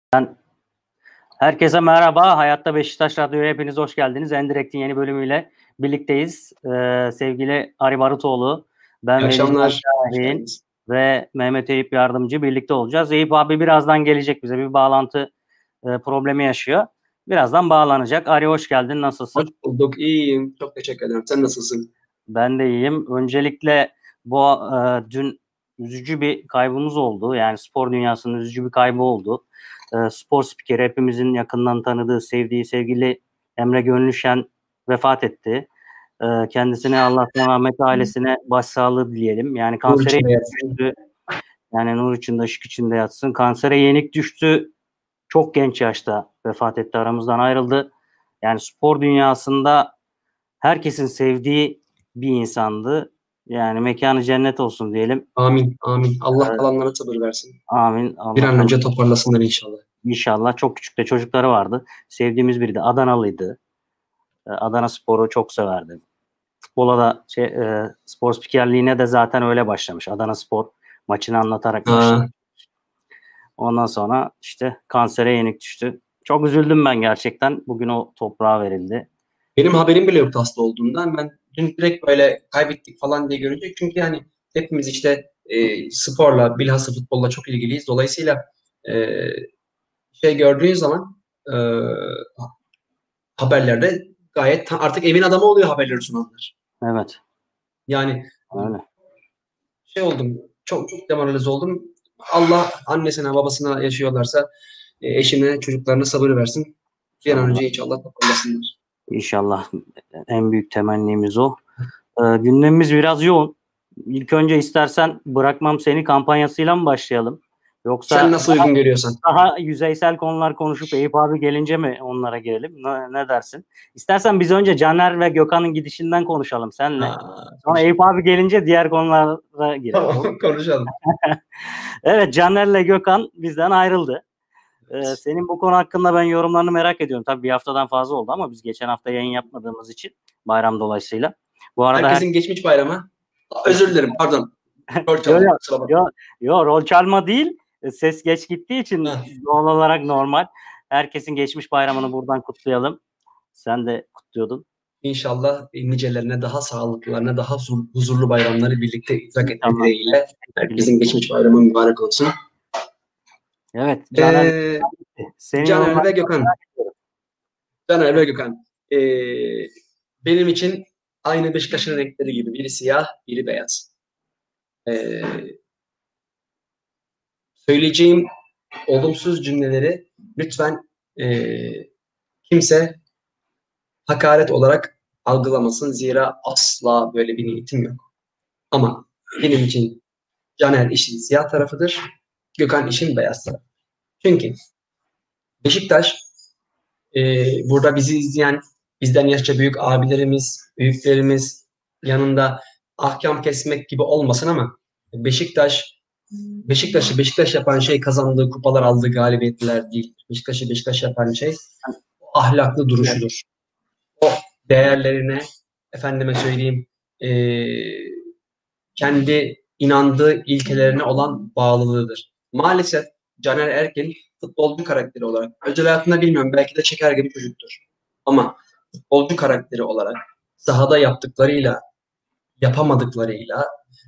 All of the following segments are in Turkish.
Herkese merhaba. Hayatta Beşiktaş Radyo'ya hepiniz hoş geldiniz. Endirekt'in yeni bölümüyle birlikteyiz. Sevgili Ari Barutoğlu, ben İyi akşamlar. Şahin ve Mehmet Eyüp Yardımcı birlikte olacağız. Eyüp abi birazdan gelecek, bize bir bağlantı problemi yaşıyor. Birazdan bağlanacak. Ari hoş geldin. Nasılsın? Hoş bulduk. İyiyim. Çok teşekkür ederim. Sen nasılsın? Ben de iyiyim. Öncelikle bu dün üzücü bir kaybımız oldu. Yani spor dünyasının üzücü bir kaybı oldu. Spor spikeri, hepimizin yakından tanıdığı, sevdiği, sevgili Emre Gönlüşen vefat etti. Kendisine Allah'tan rahmet, ailesine başsağlığı dileyelim. Yani Nur kansere içinde yenik yatsın. düştü. Yani nur içinde, ışık içinde yatsın. Kansere yenik düştü. Çok genç yaşta vefat etti, aramızdan ayrıldı. Yani spor dünyasında herkesin sevdiği bir insandı. Yani mekanı cennet olsun diyelim. Amin. Amin. Allah Ee, kalanlara sabır versin. amin. Bir Allah an kalın. önce toparlasınlar inşallah. İnşallah. Çok küçük de çocukları vardı. Sevdiğimiz biri de Adanalıydı. Adana Spor'u çok severdi. Futbola da spor spikerliğine de zaten öyle başlamış. Adana Spor maçını anlatarak başladı. Ha, Ondan sonra işte kansere yenik düştü. Çok üzüldüm ben gerçekten. Bugün o toprağa verildi. benim haberim bile yoktu hasta olduğundan. Ben dün direkt böyle kaybettik falan diye görünce. Çünkü yani hepimiz işte sporla, bilhassa futbolla çok ilgiliyiz. Dolayısıyla e, gördüğün zaman e, haberlerde gayet artık evin adamı oluyor haberleri sunanlar. Evet. Yani Öyle. oldum. Çok çok demoralize oldum. Allah annesine babasına yaşıyorlarsa eşine çocuklarına sabır versin. Bir an Sabırlar. önce inşallah toparlasınlar. İnşallah, en büyük temennimiz o. Gündemimiz biraz yoğun. İlk önce istersen bırakmam seni kampanyasıyla mı başlayalım? Sen Yoksa nasıl uygun görüyorsan. daha yüzeysel konular konuşup Eyüp abi gelince mi onlara girelim? Ne dersin? İstersen biz önce Caner ve Gökhan'ın gidişinden konuşalım seninle. Sonra Eyüp abi gelince diğer konulara girelim. Olur mu? Tamam konuşalım. Evet, Caner'le Gökhan bizden ayrıldı. Senin bu konu hakkında ben yorumlarını merak ediyorum. Tabii bir haftadan fazla oldu ama biz geçen hafta yayın yapmadığımız için bayram dolayısıyla. Bu arada Herkesin geçmiş bayramı. Özür dilerim pardon. Rol yo, çaldım yo, kusura bakma. yo, rol çalma değil. Ses geç gittiği için Heh. doğal olarak normal. Herkesin geçmiş bayramını buradan kutlayalım. Sen de kutluyordun. İnşallah nicelerine daha sağlıklılarına daha huzurlu bayramları birlikte idrak etmek Tamam. dileğiyle. Herkesin geçmiş bayramı mübarek olsun. Evet, Caner, Ee, senin Caner ve yorumlarını Gökhan. merak ediyorum. Caner ve Gökhan. Benim için aynı Beşiktaş'ın renkleri gibi. Biri siyah, biri beyaz. Ee, Söyleyeceğim olumsuz cümleleri lütfen kimse hakaret olarak algılamasın. Zira asla böyle bir niyetim yok. Ama benim için Caner işin siyah tarafıdır. Gökhan işin beyaz tarafı. Çünkü Beşiktaş burada bizi izleyen bizden yaşça büyük abilerimiz, büyüklerimiz yanında ahkam kesmek gibi olmasın ama Beşiktaş'ı Beşiktaş yapan şey kazandığı kupalar, aldığı galibiyetler değil. Beşiktaş'ı Beşiktaş yapan şey ahlaklı duruşudur. O değerlerine, efendime söyleyeyim, kendi inandığı ilkelerine olan bağlılığıdır. Maalesef Caner Erkin futbolcu karakteri olarak, özel hayatında bilmiyorum belki de çeker gibi çocuktur. Ama futbolcu karakteri olarak sahada yaptıklarıyla, yapamadıklarıyla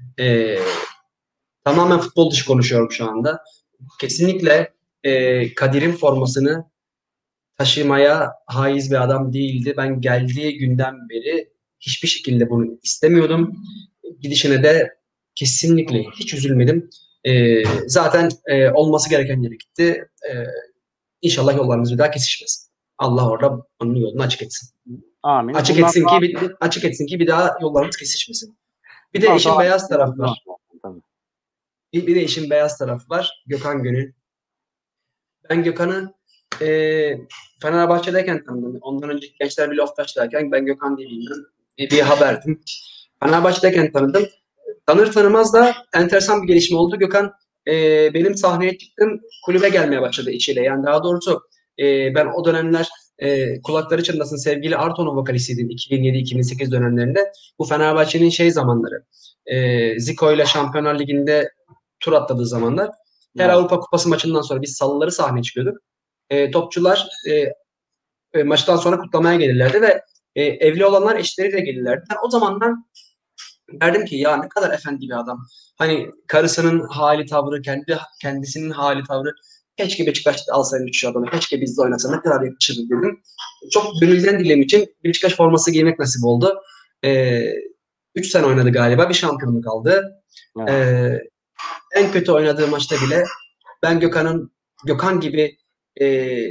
tamamen futbol dışı konuşuyorum şu anda. Kesinlikle Kadir'in formasını taşımaya haiz bir adam değildi. Ben geldiği günden beri hiçbir şekilde bunu istemiyordum. Gidişine de kesinlikle hiç üzülmedim. Zaten olması gereken yere gitti. İnşallah yollarımız bir daha kesişmesin. Allah orada onun yolunu açık etsin. Amin. Açık etsin ki bir daha yollarımız kesişmesin. Bir de Bundan işin sonra beyaz tarafı var. tabii. Bir de işin beyaz tarafı var. Gökhan Gönül. Ben Gökhan'ı e, Fenerbahçe'deyken tanıdım. Ondan önceki Gençler Birliği Oftaş'tayken ben Gökhan diye bir haberdim. Fenerbahçe'deyken tanıdım. Tanır tanımaz da enteresan bir gelişme oldu. Gökhan benim sahneye çıktım. Kulübe gelmeye başladı içiyle. Yani daha doğrusu ben o dönemler kulakları çınlasın sevgili Arto'nun vokalistiydim 2007-2008 dönemlerinde. Bu Fenerbahçe'nin zamanları. Zico ile Şampiyonlar Ligi'nde tur atladığı zamanlar. Her Evet. Avrupa Kupası maçından sonra biz salıları sahneye çıkıyorduk. topçular maçtan sonra kutlamaya gelirlerdi ve evli olanlar eşleriyle gelirlerdi. Ben o zamandan derdim ki ya ne kadar efendi bir adam. Hani karısının hali tavrı, kendisinin hali tavrı. Keşke Beşiktaş'ta alsaymış şu adamı. Keşke bizde oynasa. Ne kadar yakışırdı dedim. Çok gönülden dilediğim için Beşiktaş forması giymek nasip oldu. 3 sene oynadı galiba. Bir şampiyonluk aldı. Evet. En kötü oynadığı maçta bile ben Gökhan gibi e,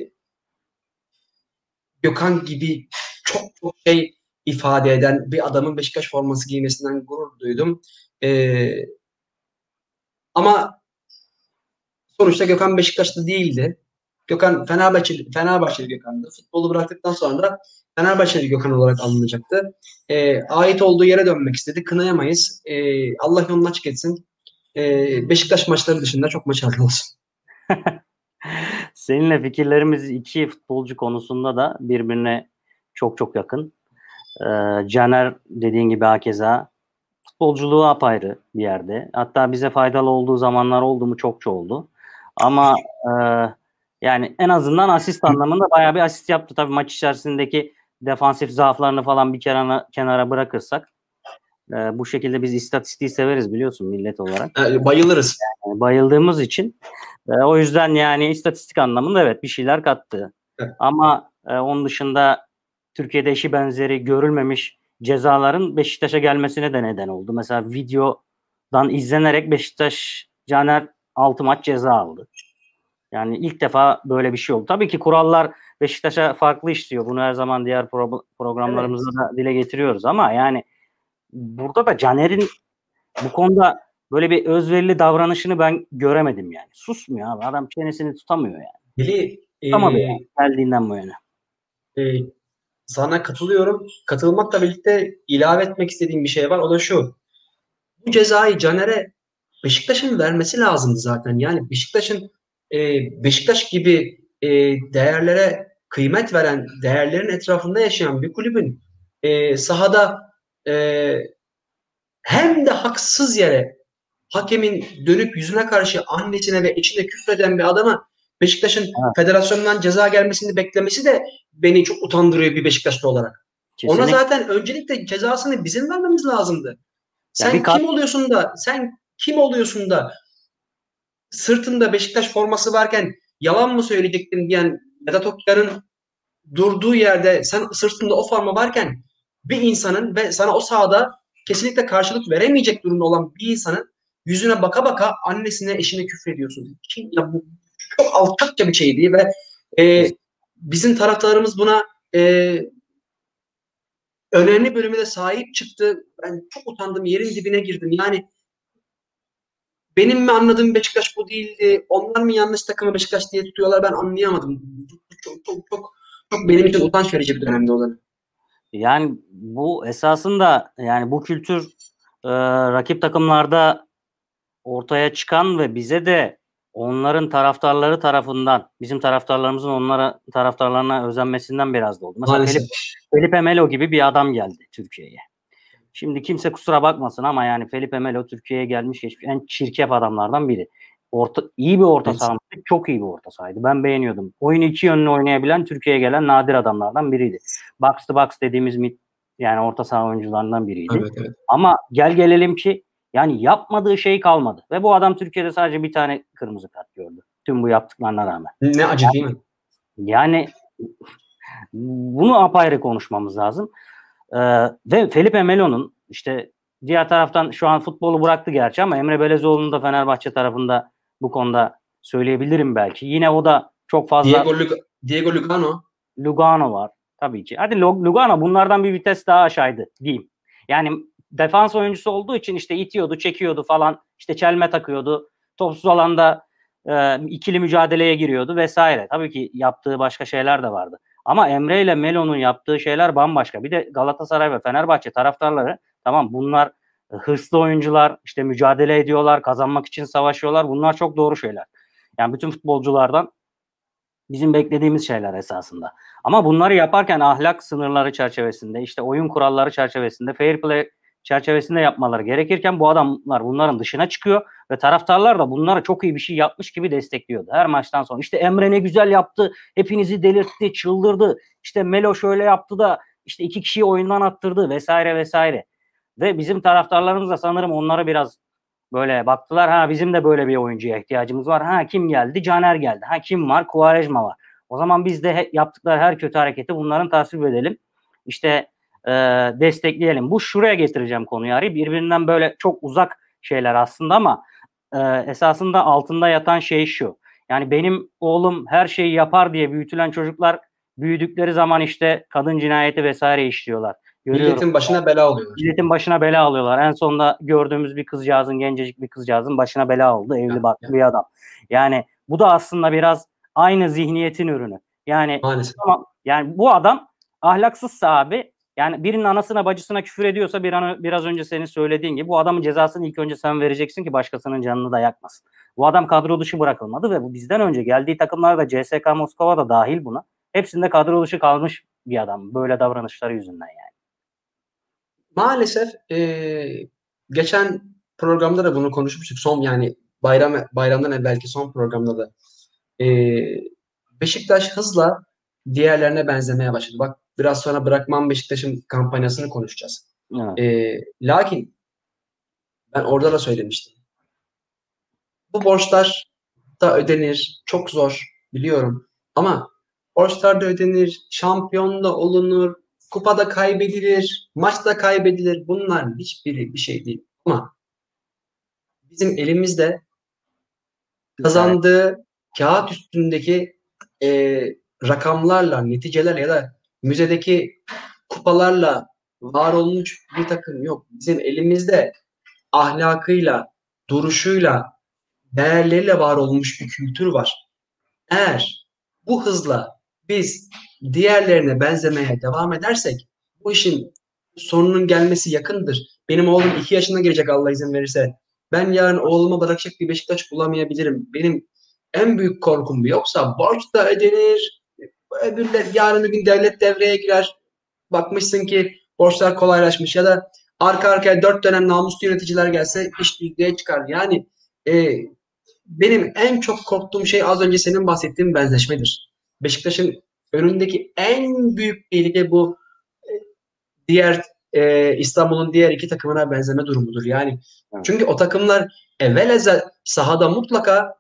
Gökhan gibi çok çok şey ifade eden bir adamın Beşiktaş forması giymesinden gurur duydum. Ee, ama sonuçta Gökhan Beşiktaşlı değildi. Gökhan Fenerbahçeli Gökhan'dı. Futbolu bıraktıktan sonra da Fenerbahçeli Gökhan olarak anılacaktı. Ait olduğu yere dönmek istedi. Kınayamayız. Allah yolunu açık etsin. Beşiktaş maçları dışında çok maç aldı olsun. Seninle fikirlerimiz iki futbolcu konusunda da birbirine çok çok yakın. Caner dediğin gibi hakeza futbolculuğu apayrı bir yerde. Hatta bize faydalı olduğu zamanlar oldu mu çokça oldu. Ama e, yani en azından asist anlamında bayağı bir asist yaptı. Tabii maç içerisindeki defansif zaaflarını falan bir kenara bırakırsak bu şekilde biz istatistiği severiz biliyorsun millet olarak. Bayılırız. Yani bayıldığımız için o yüzden yani istatistik anlamında evet bir şeyler kattı. Evet. Ama onun dışında Türkiye'de eşi benzeri görülmemiş cezaların Beşiktaş'a gelmesine de neden oldu. Mesela videodan izlenerek Beşiktaş Caner 6 maç ceza aldı. Yani ilk defa böyle bir şey oldu. Tabii ki kurallar Beşiktaş'a farklı işliyor. Bunu her zaman diğer programlarımızda da dile getiriyoruz ama yani burada da Caner'in bu konuda böyle bir özverili davranışını ben göremedim yani. Susmuyor abi. Adam çenesini tutamıyor yani. Bili, Tutamadı yani geldiğinden bu yana. Sana katılıyorum. Katılmakla birlikte ilave etmek istediğim bir şey var. O da şu. Bu cezayı Caner'e Beşiktaş'ın vermesi lazımdı zaten. Yani Beşiktaş gibi değerlere kıymet veren, değerlerin etrafında yaşayan bir kulübün sahada hem de haksız yere hakemin dönüp yüzüne karşı annesine ve eşine küfreden bir adama Beşiktaş'ın Evet. federasyondan ceza gelmesini beklemesi de beni çok utandırıyor bir Beşiktaşlı olarak. Kesinlikle. Ona zaten öncelikle cezasını bizim vermemiz lazımdı. Ya Sen kim oluyorsun da sırtında Beşiktaş forması varken yalan mı söyleyecektin diyen Vedat Okyar'ın durduğu yerde sen sırtında o forma varken bir insanın ve sana o sahada kesinlikle karşılık veremeyecek durumda olan bir insanın yüzüne baka baka annesine eşine küfrediyorsun. Ya bu çok alçakça bir şeydi ve bizim taraftarımız buna önemli bölümüne sahip çıktı. Ben çok utandım. Yerin dibine girdim. Yani benim mi anladığım Beşiktaş bu değildi? Onlar mı yanlış takımı Beşiktaş diye tutuyorlar? Ben anlayamadım. Çok benim için utanç verici bir dönemde olan. Yani bu esasında yani bu kültür rakip takımlarda ortaya çıkan ve bize de onların taraftarları tarafından bizim taraftarlarımızın taraftarlarına özenmesinden biraz da oldu. Mesela Maalesef. Felipe Melo gibi bir adam geldi Türkiye'ye. Şimdi kimse kusura bakmasın ama yani Felipe Melo Türkiye'ye gelmiş geçmiş en çirkef adamlardan biri. İyi bir orta saha, çok iyi bir orta sahaydı. Ben beğeniyordum. Oyunu iki yönlü oynayabilen Türkiye'ye gelen nadir adamlardan biriydi. Box to box dediğimiz yani orta saha oyuncularından biriydi. Evet. Ama gelelim ki yani yapmadığı şey kalmadı. Ve bu adam Türkiye'de sadece bir tane kırmızı kart gördü. Tüm bu yaptıklarına rağmen. Ne acı değil mi? Yani bunu apayrı konuşmamız lazım. Ve Felipe Melo'nun işte diğer taraftan şu an futbolu bıraktı gerçi ama Emre Belezoğlu'nun da Fenerbahçe tarafında bu konuda söyleyebilirim belki. Yine o da çok fazla Diego Lugano var tabii ki. Hadi Lugano bunlardan bir vites daha aşağıydı diyeyim. Yani defans oyuncusu olduğu için işte itiyordu, çekiyordu falan. İşte çelme takıyordu. Topsuz alanda ikili mücadeleye giriyordu vesaire. Tabii ki yaptığı başka şeyler de vardı. Ama Emre ile Melo'nun yaptığı şeyler bambaşka. Bir de Galatasaray ve Fenerbahçe taraftarları tamam bunlar hırslı oyuncular, işte mücadele ediyorlar, kazanmak için savaşıyorlar. Bunlar çok doğru şeyler. Yani bütün futbolculardan bizim beklediğimiz şeyler esasında. Ama bunları yaparken ahlak sınırları çerçevesinde, işte oyun kuralları çerçevesinde, fair play çerçevesinde yapmaları gerekirken bu adamlar bunların dışına çıkıyor ve taraftarlar da bunlara çok iyi bir şey yapmış gibi destekliyordu. Her maçtan sonra işte Emre ne güzel yaptı, hepinizi delirtti, çıldırdı. İşte Melo şöyle yaptı da işte 2 kişiyi oyundan attırdı vesaire vesaire. Ve bizim taraftarlarımız da sanırım onlara biraz böyle baktılar. Ha bizim de böyle bir oyuncuya ihtiyacımız var. Ha kim geldi? Caner geldi. Ha kim var? Quaresma var. O zaman biz de yaptıkları her kötü hareketi bunların tasvip edelim. İşte destekleyelim. Bu şuraya getireceğim konuyu Ari. Birbirinden böyle çok uzak şeyler aslında ama esasında altında yatan şey şu. Yani benim oğlum her şeyi yapar diye büyütülen çocuklar büyüdükleri zaman işte kadın cinayeti vesaire işliyorlar. Görüyorum. Milletin başına bela oluyorlar. Milletin başına bela alıyorlar. En sonunda gördüğümüz bir kızcağızın, gencecik bir kızcağızın başına bela oldu. Evli barklı bir adam. Yani bu da aslında biraz aynı zihniyetin ürünü. Yani Maalesef. tamam, yani bu adam ahlaksızsa abi, yani birinin anasına bacısına küfür ediyorsa biraz önce senin söylediğin gibi bu adamın cezasını ilk önce sen vereceksin ki başkasının canını da yakmasın. Bu adam kadro dışı bırakılmadı ve bu bizden önce geldiği takımlar da CSKA Moskova da dahil buna. Hepsinde kadro dışı kalmış bir adam böyle davranışları yüzünden yani. Maalesef geçen programda da bunu konuşmuştuk. Son yani bayramdan evvelki son programda da Beşiktaş hızla diğerlerine benzemeye başladı. Bak biraz sonra Bırakmam Beşiktaş'ın kampanyasını konuşacağız. Lakin ben orada da söylemiştim. Bu borçlar da ödenir. Çok zor biliyorum. Ama borçlar da ödenir. Şampiyon da olunur. Kupada kaybedilir. Maçta kaybedilir. Bunlar hiçbiri bir şey değil. Ama bizim elimizde kazandığı kağıt üstündeki rakamlarla, neticelerle ya da müzedeki kupalarla var olmuş bir takım yok. Bizim elimizde ahlakıyla, duruşuyla, değerleriyle var olmuş bir kültür var. Eğer bu hızla biz diğerlerine benzemeye devam edersek bu işin sonunun gelmesi yakındır. Benim oğlum 2 yaşına girecek Allah izin verirse. Ben yarın oğluma bırakacak bir Beşiktaş bulamayabilirim. Benim en büyük korkum bu. Yoksa borç da ödenir. Öbürler yarın bir gün devlet devreye girer. Bakmışsın ki borçlar kolaylaşmış ya da arka arkaya 4 dönem namuslu yöneticiler gelse iş düzlüğe çıkar. Yani benim en çok korktuğum şey az önce senin bahsettiğin benzeşmedir. Beşiktaş'ın önündeki en büyük tehlike bu diğer İstanbul'un diğer iki takımına benzeme durumudur. Yani çünkü o takımlar evvel sahada mutlaka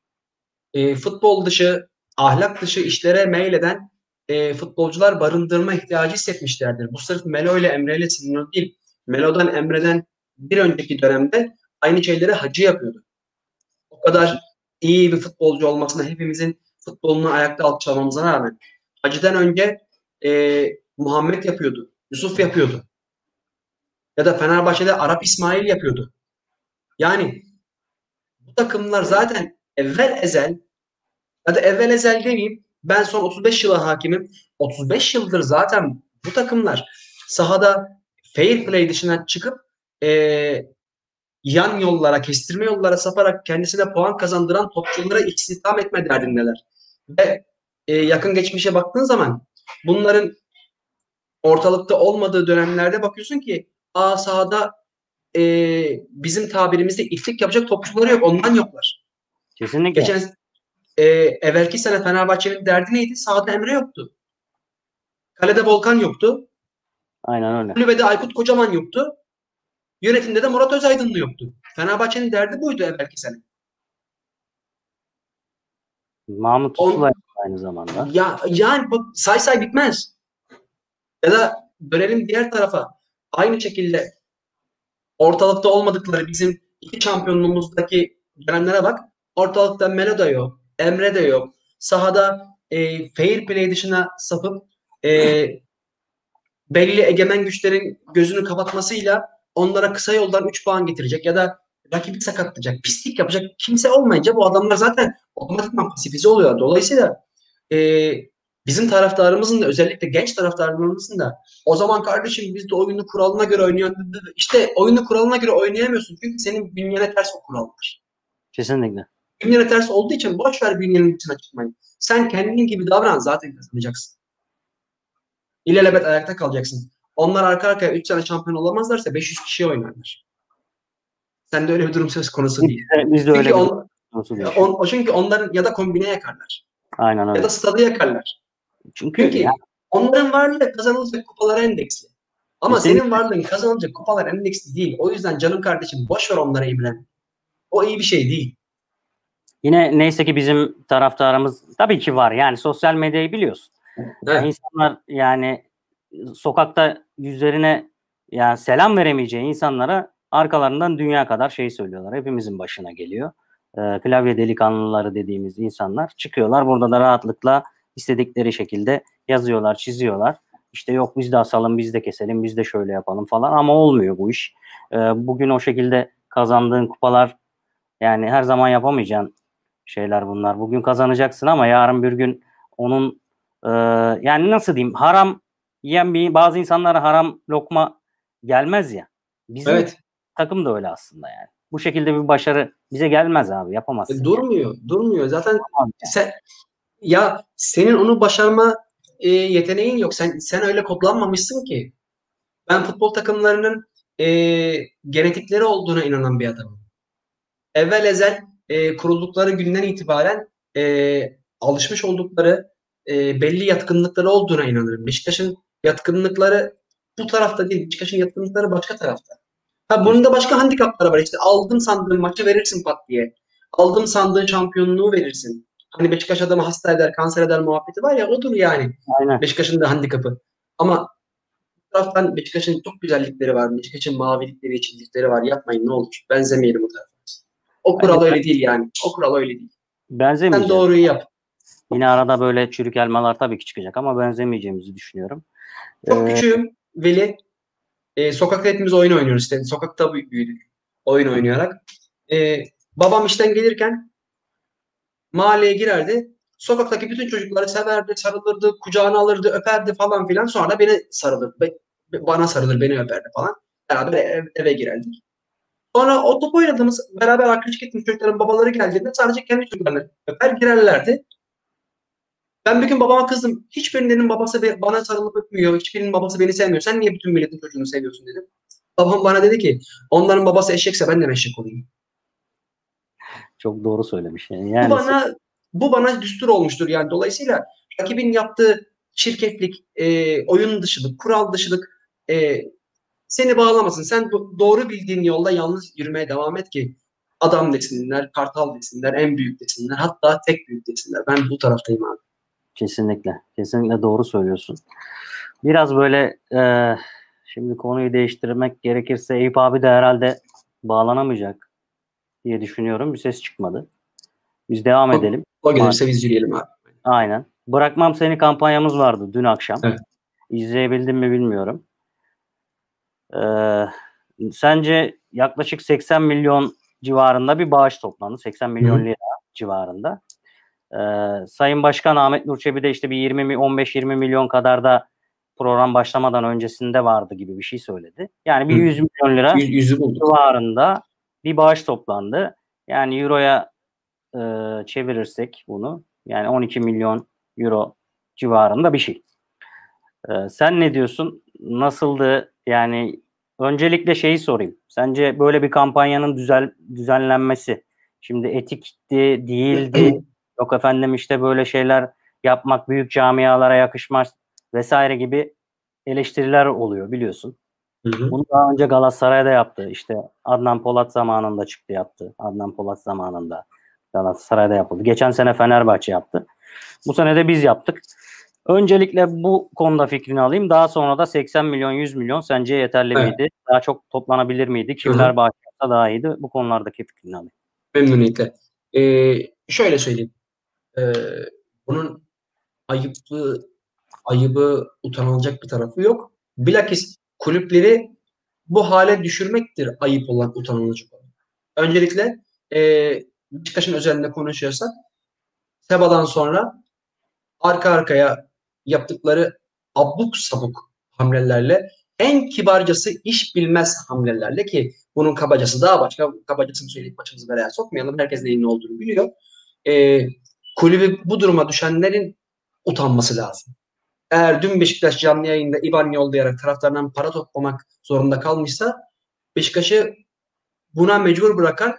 futbol dışı, ahlak dışı işlere meyleden futbolcular barındırma ihtiyacı hissetmişlerdir. Bu sırf Melo ile Emre ile sınırlı değil. Melo'dan Emre'den bir önceki dönemde aynı şeyleri Hacı yapıyordu. O kadar iyi bir futbolcu olmasına hepimizin futbolunu ayakta alkışlamamıza rağmen Hacı'dan önce Muhammed yapıyordu. Yusuf yapıyordu. Ya da Fenerbahçe'de Arap İsmail yapıyordu. Yani bu takımlar zaten evvel ezel demeyeyim, ben son 35 yıla hakimim. 35 yıldır zaten bu takımlar sahada fair play dışına çıkıp yan yollara, kestirme yollara saparak kendisine puan kazandıran topçulara istihdam etme derdindeler. Ve yakın geçmişe baktığın zaman bunların ortalıkta olmadığı dönemlerde bakıyorsun ki sahada bizim tabirimizde iflik yapacak topçuları yok. Ondan yoklar. Kesinlikle. Geçen evvelki sene Fenerbahçe'nin derdi neydi? Sahada Emre yoktu. Kalede Volkan yoktu. Aynen öyle. Kulübede Aykut Kocaman yoktu. Yönetimde de Murat Özaydınlı yoktu. Fenerbahçe'nin derdi buydu evvelki sene. Mahmut Uslu aynı zamanda. Yani bak say bitmez. Ya da dönelim diğer tarafa. Aynı şekilde ortalıkta olmadıkları bizim iki şampiyonluğumuzdaki dönemlere bak. Ortalıkta Melo da yok. Emre de yok. Sahada fair play dışına sapıp belli egemen güçlerin gözünü kapatmasıyla onlara kısa yoldan 3 puan getirecek ya da rakibi sakatlayacak, pislik yapacak kimse olmayınca bu adamlar zaten otomatikman pasifize oluyor. Dolayısıyla bizim taraftarımızın da özellikle genç taraftarlarımızın da o zaman kardeşim biz de oyunu kuralına göre oynuyoruz. İşte oyunu kuralına göre oynayamıyorsun çünkü senin bünyene ters o kural var. Kesinlikle. Bünyene ters olduğu için boş ver bünyenin dışına çıkmayı. Sen kendin gibi davran zaten kazanacaksın. İlelebet ayakta kalacaksın. Onlar arka arkaya 3 sene şampiyon olamazlarsa 500 kişi oynarlar. Sende öyle bir durum söz konusu değil. Bizde Çünkü öyle bir konusu değil. çünkü onların ya da kombine yakarlar Aynen ya da öyle. stadı yakarlar. Çünkü Çünkü ya onların varlığı kazanılacak kupalara endeksli. Ama senin kesinlikle. varlığın kazanılacak kupalar endeksli değil. O yüzden canım kardeşim boş ver onlara imren. O iyi bir şey değil. Yine neyse ki bizim taraftarımız tabii ki var. Yani sosyal medyayı biliyorsun. Yani Heh, insanlar yani sokakta yüzlerine yani selam veremeyeceği insanlara arkalarından dünya kadar şey söylüyorlar. Hepimizin başına geliyor. Klavye delikanlıları dediğimiz insanlar çıkıyorlar. Burada da rahatlıkla istedikleri şekilde yazıyorlar, çiziyorlar. İşte yok biz de asalım, biz de keselim, biz de şöyle yapalım falan ama olmuyor bu iş. Bugün o şekilde kazandığın kupalar yani her zaman yapamayacağın şeyler bunlar. Bugün kazanacaksın ama yarın bir gün onun yani nasıl diyeyim haram yiyen bazı insanlara haram lokma gelmez ya. Bizim evet. takım da öyle aslında yani. Bu şekilde bir başarı bize gelmez abi. Yapamazsın yani. Durmuyor, durmuyor. Zaten Yapamam yani. senin onu başarma yeteneğin yok. Sen öyle kodlanmamışsın ki. Ben futbol takımlarının e, genetikleri olduğuna inanan bir adamım. Evvel ezel kuruldukları günden itibaren alışmış oldukları belli yatkınlıkları olduğuna inanırım. Beşiktaş'ın yatkınlıkları bu tarafta değil. Beşiktaş'ın yatkınlıkları başka tarafta. Ha bunun da başka handikapları var. İşte aldım sandığın maçı verirsin pat diye. Aldım sandığın şampiyonluğu verirsin. Hani Beşiktaş adamı hasta eder, kanser eder muhabbeti var ya odur yani. Aynen. Beşiktaş'ın da handikapı. Ama bu taraftan Beşiktaş'ın çok güzellikleri var. Beşiktaş'ın mavilikleri, yeşillikleri var. Yapmayın ne olur. Benzemeyelim o tarafa. O Bence kural öyle değil yani. O kural öyle değil. Sen benzemeyeceğiz. doğruyu yap. Yine arada böyle çürük elmalar tabii ki çıkacak ama benzemeyeceğimizi düşünüyorum. Çok Ee, küçüğüm Veli. Sokakta hepimiz oyun oynuyoruz işte. Sokakta büyüdük. Oyun oynayarak. Babam işten gelirken mahalleye girerdi. Sokaktaki bütün çocukları severdi, sarılırdı, kucağına alırdı, öperdi falan filan. Sonra beni sarılır, bana sarılır, beni öperdi falan. Beraber eve girerdik. Sonra o top oynadığımız, beraber arkadaşlık ettiğimiz çocukların babaları geldiğinde sadece kendi çocuklarını öper girerlerdi. Ben bir gün babama kızdım. Hiçbirinin babası bana sarılıp öpmüyor. Hiçbirinin babası beni sevmiyor. Sen niye bütün milletin çocuğunu seviyorsun dedim. Babam bana dedi ki onların babası eşekse ben de mi eşek olayım? Çok doğru söylemiş. Yani, Bu yani bana bu bana düstur olmuştur yani. Dolayısıyla rakibin yaptığı çirkeflik, oyun dışılık, kural dışılık seni bağlamasın. Sen doğru bildiğin yolda yalnız yürümeye devam et ki adam desinler, kartal desinler, en büyük desinler, hatta tek büyük desinler. Ben bu taraftayım abi. kesinlikle. Kesinlikle doğru söylüyorsun. Biraz böyle şimdi konuyu değiştirmek gerekirse Eyüp abi de herhalde bağlanamayacak diye düşünüyorum. Bir ses çıkmadı. Biz devam O, edelim. o gelirse biz yürüyelim abi. Aynen. Bırakmam Seni kampanyamız vardı dün akşam. Evet. İzleyebildim mi bilmiyorum. Ee, Sence yaklaşık 80 milyon civarında bir bağış toplandı. 80 Hı milyon hı. lira civarında. Sayın Başkan Ahmet Nur Çebi de işte bir 15-20 milyon kadar da program başlamadan öncesinde vardı gibi bir şey söyledi. Yani bir Hı. 100 milyon lira Yüzü bulduk. civarında bir bağış toplandı. Yani euroya çevirirsek bunu yani 12 milyon euro civarında bir şey. Sen ne diyorsun? Nasıldı? Yani öncelikle şeyi sorayım. Sence böyle bir kampanyanın düzenlenmesi şimdi etikti, değildi. Yok efendim işte böyle şeyler yapmak büyük camialara yakışmaz vesaire gibi eleştiriler oluyor biliyorsun. Hı hı. Bunu daha önce Galatasaray'da yaptı. İşte Adnan Polat zamanında çıktı yaptı. Adnan Polat zamanında Galatasaray'da yapıldı. Geçen sene Fenerbahçe yaptı. Bu sene de biz yaptık. Öncelikle bu konuda fikrini alayım. Daha sonra da 80 milyon 100 milyon sence yeterli Evet. miydi? Daha çok toplanabilir miydi? Hı hı. Kimler bağışlarsa daha iyiydi? Bu konulardaki fikrini alayım. Memnuniyetle. Şöyle söyleyeyim. Ee, Bunun ayıbı, utanılacak bir tarafı yok. Bilakis kulüpleri bu hale düşürmektir ayıp olan, utanılacak olan. Öncelikle Beşiktaş'ın özelinde konuşuyorsak Seba'dan sonra arka arkaya yaptıkları abuk sabuk hamlelerle en kibarcası iş bilmez hamlelerle ki bunun kabacası daha başka. Kabacasını söyleyip başımızı belaya sokmayalım. Herkes neyin ne olduğunu biliyor. E, Kulübü bu duruma düşenlerin utanması lazım. eğer dün Beşiktaş canlı yayında IBAN yollayarak taraftarından para toplamak zorunda kalmışsa Beşiktaş'ı buna mecbur bırakan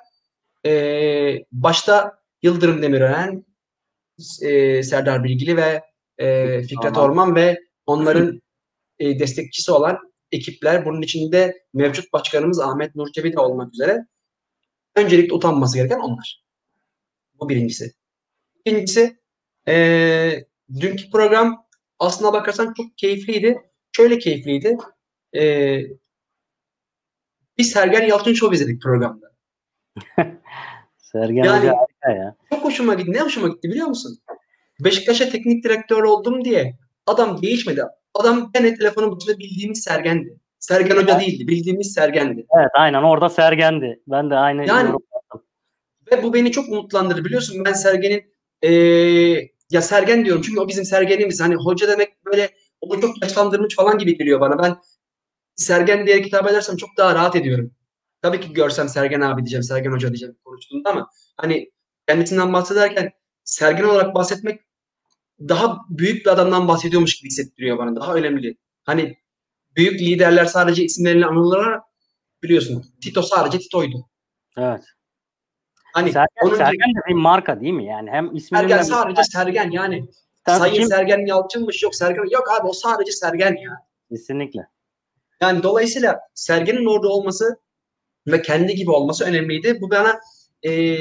başta Yıldırım Demirören, Serdar Bilgili ve Fikret Normal. Orman ve onların destekçisi olan ekipler, bunun içinde mevcut başkanımız Ahmet Nur Çebi de olmak üzere öncelikle utanması gereken onlar. Bu birincisi. İkincisi dünkü program aslına bakarsan çok keyifliydi. Şöyle keyifliydi. E, Biz Sergen Yalçın Show izledik programda. Sergen Hoca Yani harika ya. çok hoşuma gitti. Ne hoşuma gitti biliyor musun? Beşiktaş'a teknik direktör oldum diye adam değişmedi. Adam gene telefonun başında bildiğimiz Sergen'di. Sergen Hoca değildi. Bildiğimiz Sergen'di. Evet, aynen orada Sergen'di. Ben de aynı Yani yorum yaptım. ve bu beni çok umutlandırdı. Biliyorsun ben Sergen'in ya Sergen diyorum çünkü o bizim Sergen'imiz. Hani hoca demek böyle onu çok yaşlandırmış falan gibi geliyor bana. Ben Sergen diye hitap edersem çok daha rahat ediyorum. Tabii ki görsem Sergen abi diyeceğim, Sergen Hoca diyeceğim konuştuğumda ama hani kendisinden bahsederken Sergen olarak bahsetmek daha büyük bir adamdan bahsediyormuş gibi hissettiriyor bana. Daha önemli. Hani büyük liderler sadece isimleriyle anılırlar, biliyorsun. Tito sadece Tito'ydu. Evet. Hani Sergen, onun gibi Sergen de bir marka değil mi? Yani hem isminin Sergen de sadece Sergen yani. Sayın kim? Sergen Yalçın'mış, yok Sergen. Yok abi, o sadece Sergen ya. Kesinlikle. Yani dolayısıyla Sergen'in orada olması ve kendi gibi olması önemliydi. Bu bana e,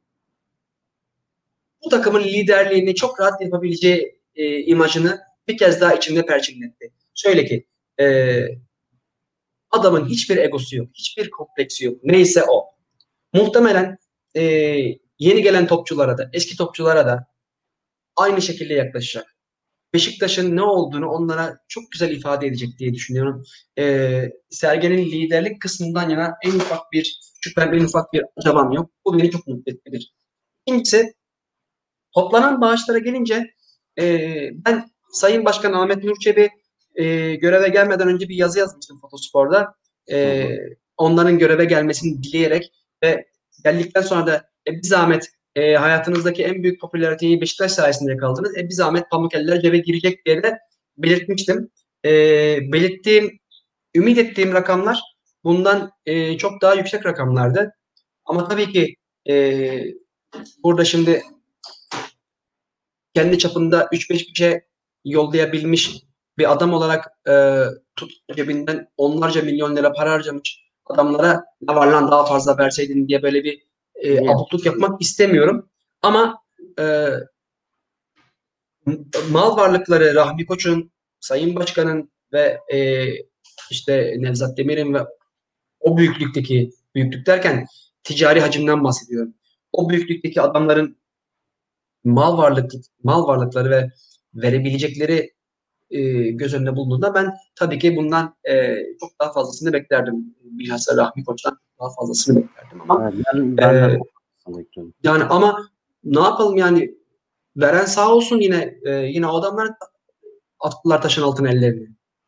bu takımın liderliğini çok rahat yapabileceği imajını bir kez daha içimde perçinletti. Şöyle ki adamın hiçbir egosu yok, hiçbir kompleksi yok. Neyse o. Muhtemelen e, yeni gelen topçulara da, eski topçulara da aynı şekilde yaklaşacak. Beşiktaş'ın ne olduğunu onlara çok güzel ifade edecek diye düşünüyorum. Sergen'in liderlik kısmından yana en ufak bir şüphem, en ufak bir acabam yok. Bu beni çok mutlu ettirir. İkincisi, toplanan bağışlara gelince ben Sayın Başkan Ahmet Nur Çebi göreve gelmeden önce bir yazı yazmıştım Fotospor'da. Hı hı. Onların göreve gelmesini dileyerek ve geldikten sonra da bir zahmet hayatınızdaki en büyük popülariteyi Beşiktaş sayesinde yakaladınız. Bir zahmet Pamukkale'ler cebe girecek diye de belirtmiştim. Belirttiğim, ümit ettiğim rakamlar bundan çok daha yüksek rakamlardı. Ama tabii ki burada şimdi kendi çapında 3-5 bütçe yollayabilmiş bir adam olarak cebinden onlarca milyon lira para harcamış adamlara ne var lan daha fazla verseydin diye böyle bir Değil. abukluk yapmak istemiyorum. Ama e, mal varlıkları Rahmi Koç'un, Sayın Başkan'ın ve işte Nevzat Demir'in ve o büyüklük derken ticari hacimden bahsediyorum. O büyüklükteki adamların mal varlıkları ve verebilecekleri göz önünde bulunduğunda ben tabii ki bundan çok daha fazlasını beklerdim. Bilhassa Rahmi Koç'tan daha fazlasını beklerdim ama Evet, ben de e, bekliyorum. yani ama ne yapalım yani, veren sağ olsun, yine o adamlar attılar taşın altına ellerini.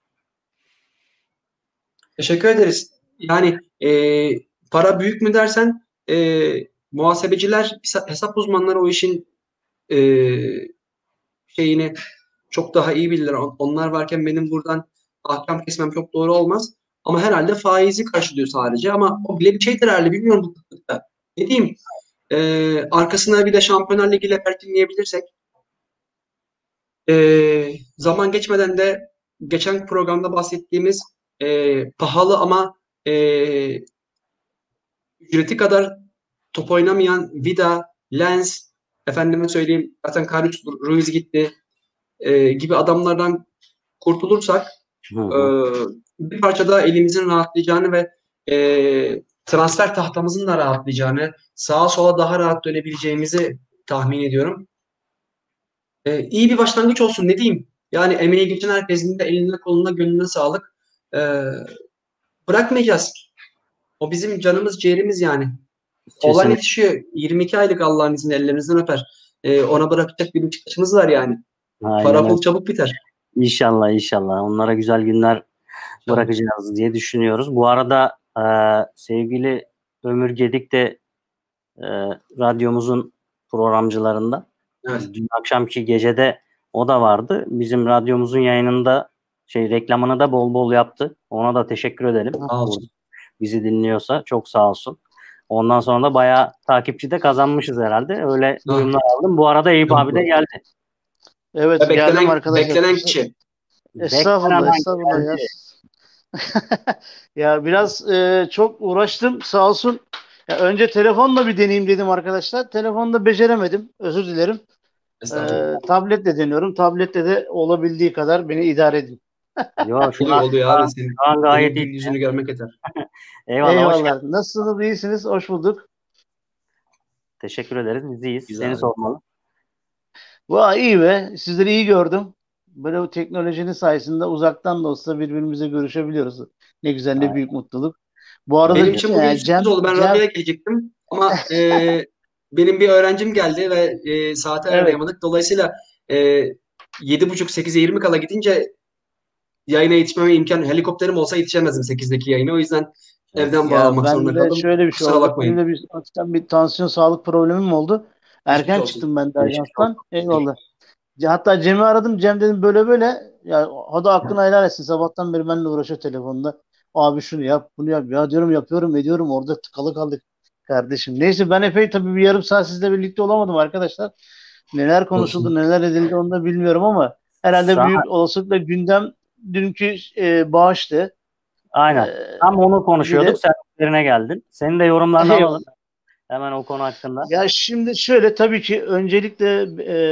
Teşekkür ederiz. Yani para büyük mü dersen muhasebeciler, hesap uzmanları o işin e, şeyini çok daha iyi bilirler. Onlar varken benim buradan ahkam kesmem çok doğru olmaz. Ama herhalde faizi karşılıyor sadece. Ama o bile bir şeydir herhalde. Bilmiyorum bu kıtlıkta. Ne diyeyim? Arkasına bir de Şampiyonlar Ligi ile perçinleyebilirsek. Zaman geçmeden de geçen programda bahsettiğimiz pahalı ama e, ücreti kadar top oynamayan Vida, Lens, efendime söyleyeyim zaten Karius Ruiz gitti gibi adamlardan kurtulursak Hı e, hı. bir parça daha elimizin rahatlayacağını ve transfer tahtamızın da rahatlayacağını, sağa sola daha rahat dönebileceğimizi tahmin ediyorum. İyi bir başlangıç olsun, ne diyeyim. Yani emeği geçen herkesin de eline koluna gönlüne sağlık. E, Bırakmayacağız. O bizim canımız ciğerimiz yani. Oğlan Kesinlikle. yetişiyor. 22 aylık, Allah'ın izniyle ellerinizden öper. Ona bırakacak bir Beşiktaş'ımız var yani. Aynen Para öyle. pul çabuk biter. İnşallah inşallah. Onlara güzel günler İnşallah. bırakacağız diye düşünüyoruz. Bu arada sevgili Ömür Gedik de e, radyomuzun programcılarında Evet. dün akşamki gecede O da vardı. Bizim radyomuzun yayınında reklamını da bol bol yaptı. Ona da teşekkür edelim. Sağ olsun. Bizi dinliyorsa çok sağ olsun. Ondan sonra da bayağı takipçi de kazanmışız herhalde. Öyle duyumlar aldım. Bu arada Eyüp abi de geldi. Evet, geldim arkadaşlar. Beklenen kişi. Estağfurullah ya. Ya biraz çok uğraştım, sağ olsun. Ya önce telefonla bir deneyeyim dedim arkadaşlar. Telefonda beceremedim. Özür dilerim. Tabletle deniyorum. Tablette de olabildiği kadar beni idare edin. Yok, oluyor abi. Senin gayet iyi. Yüzünü görmek yeter. Eyvallah. Nasılsınız? İyisiniz? Hoş bulduk. Teşekkür ederiz. Biz iyiyiz. Güzel. Seni sormalı. Vay, iyi be. Sizleri iyi gördüm. Böyle bu teknolojinin sayesinde uzaktan da olsa birbirimize görüşebiliyoruz. Ne güzel, ne büyük mutluluk. Bu arada benim için bugün sürpriz oldu. Ben radyoya gelecektim ama benim bir öğrencim geldi ve saati ayarlayamadık. Dolayısıyla 7.30-8'e 20 kala gidince yayına yetişmeme imkan, helikopterim olsa yetişemezdim 8'deki yayına. O yüzden evden bağlanmak zorunda kaldım. Şöyle bir şey Kusura oldu. bakmayın. Benim de bir tansiyon sağlık problemim oldu. Erken çıktım ben de ajanstan. Eyvallah. Hatta Cem'i aradım. Cem dedim böyle. Ya hadi hakkını helal etsin. Sabahtan beri benimle uğraşıyor telefonda. Abi şunu yap, bunu yap. Ya diyorum, yapıyorum, ediyorum. Orada tıkalı kaldık kardeşim. Neyse, ben epey tabii bir yarım saat sizle birlikte olamadım arkadaşlar. Neler konuşuldu, neler edildi onu da bilmiyorum ama herhalde büyük olasılıkla gündem dünkü bağıştı. Aynen. Tam onu konuşuyorduk. Sen üzerine geldin. Senin de yorumlarını alalım. Hemen o konu hakkında. Ya şimdi şöyle, tabii ki öncelikle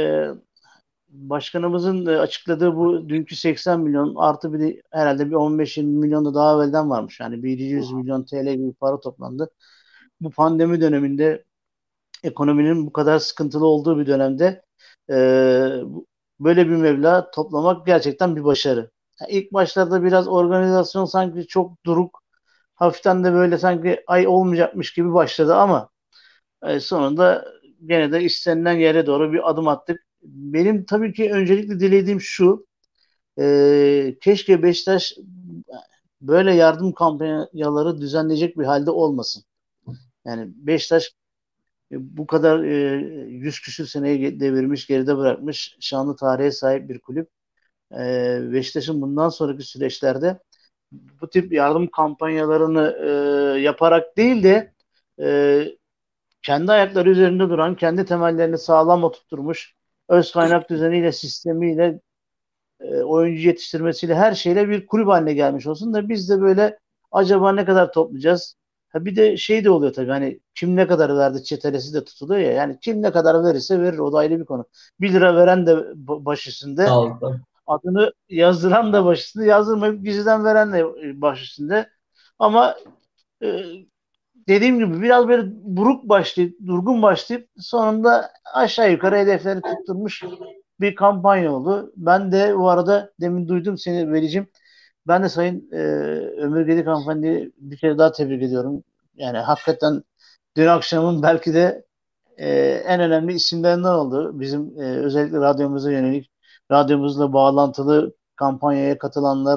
başkanımızın açıkladığı bu dünkü 80 milyon artı bir de herhalde bir 15-20 milyon da daha evvelden varmış. Yani bir 100 milyon TL gibi para toplandı. Bu pandemi döneminde, ekonominin bu kadar sıkıntılı olduğu bir dönemde e, böyle bir meblağ toplamak gerçekten bir başarı. Yani ilk başlarda biraz organizasyon sanki çok duruk, hafiften de böyle sanki ay olmayacakmış gibi başladı ama sonunda gene de istenilen yere doğru bir adım attık. Benim tabii ki öncelikle dilediğim şu, keşke Beşiktaş böyle yardım kampanyaları düzenleyecek bir halde olmasın. Yani Beşiktaş bu kadar 100 küsür seneyi devirmiş, geride bırakmış, şanlı tarihe sahip bir kulüp. Beşiktaş'ın bundan sonraki süreçlerde bu tip yardım kampanyalarını yaparak değil de kendi ayakları üzerinde duran, kendi temellerini sağlam oturtmuş, öz kaynak düzeniyle, sistemiyle, oyuncu yetiştirmesiyle, her şeyle bir kulüp haline gelmiş olsun da biz de böyle acaba ne kadar toplayacağız? Ha bir de şey de oluyor tabii, hani kim ne kadar verdi çetelesi de tutuluyor ya, yani kim ne kadar verirse verir, o da ayrı bir konu. 1 lira veren de baş üstünde, adını yazdıran da baş üstünde, yazdırmayıp gizliden veren de baş üstünde ama dediğim gibi biraz böyle buruk başlayıp, durgun başlayıp sonunda aşağı yukarı hedefleri tutturmuş bir kampanya oldu. Ben de bu arada demin duydum seni Velicim. Ben de Sayın Ömür Gedik hanımefendiyi bir kere daha tebrik ediyorum. Yani hakikaten dün akşamın belki de en önemli isimlerinden oldu. Bizim özellikle radyomuza yönelik, radyomuzla bağlantılı kampanyaya katılanlar,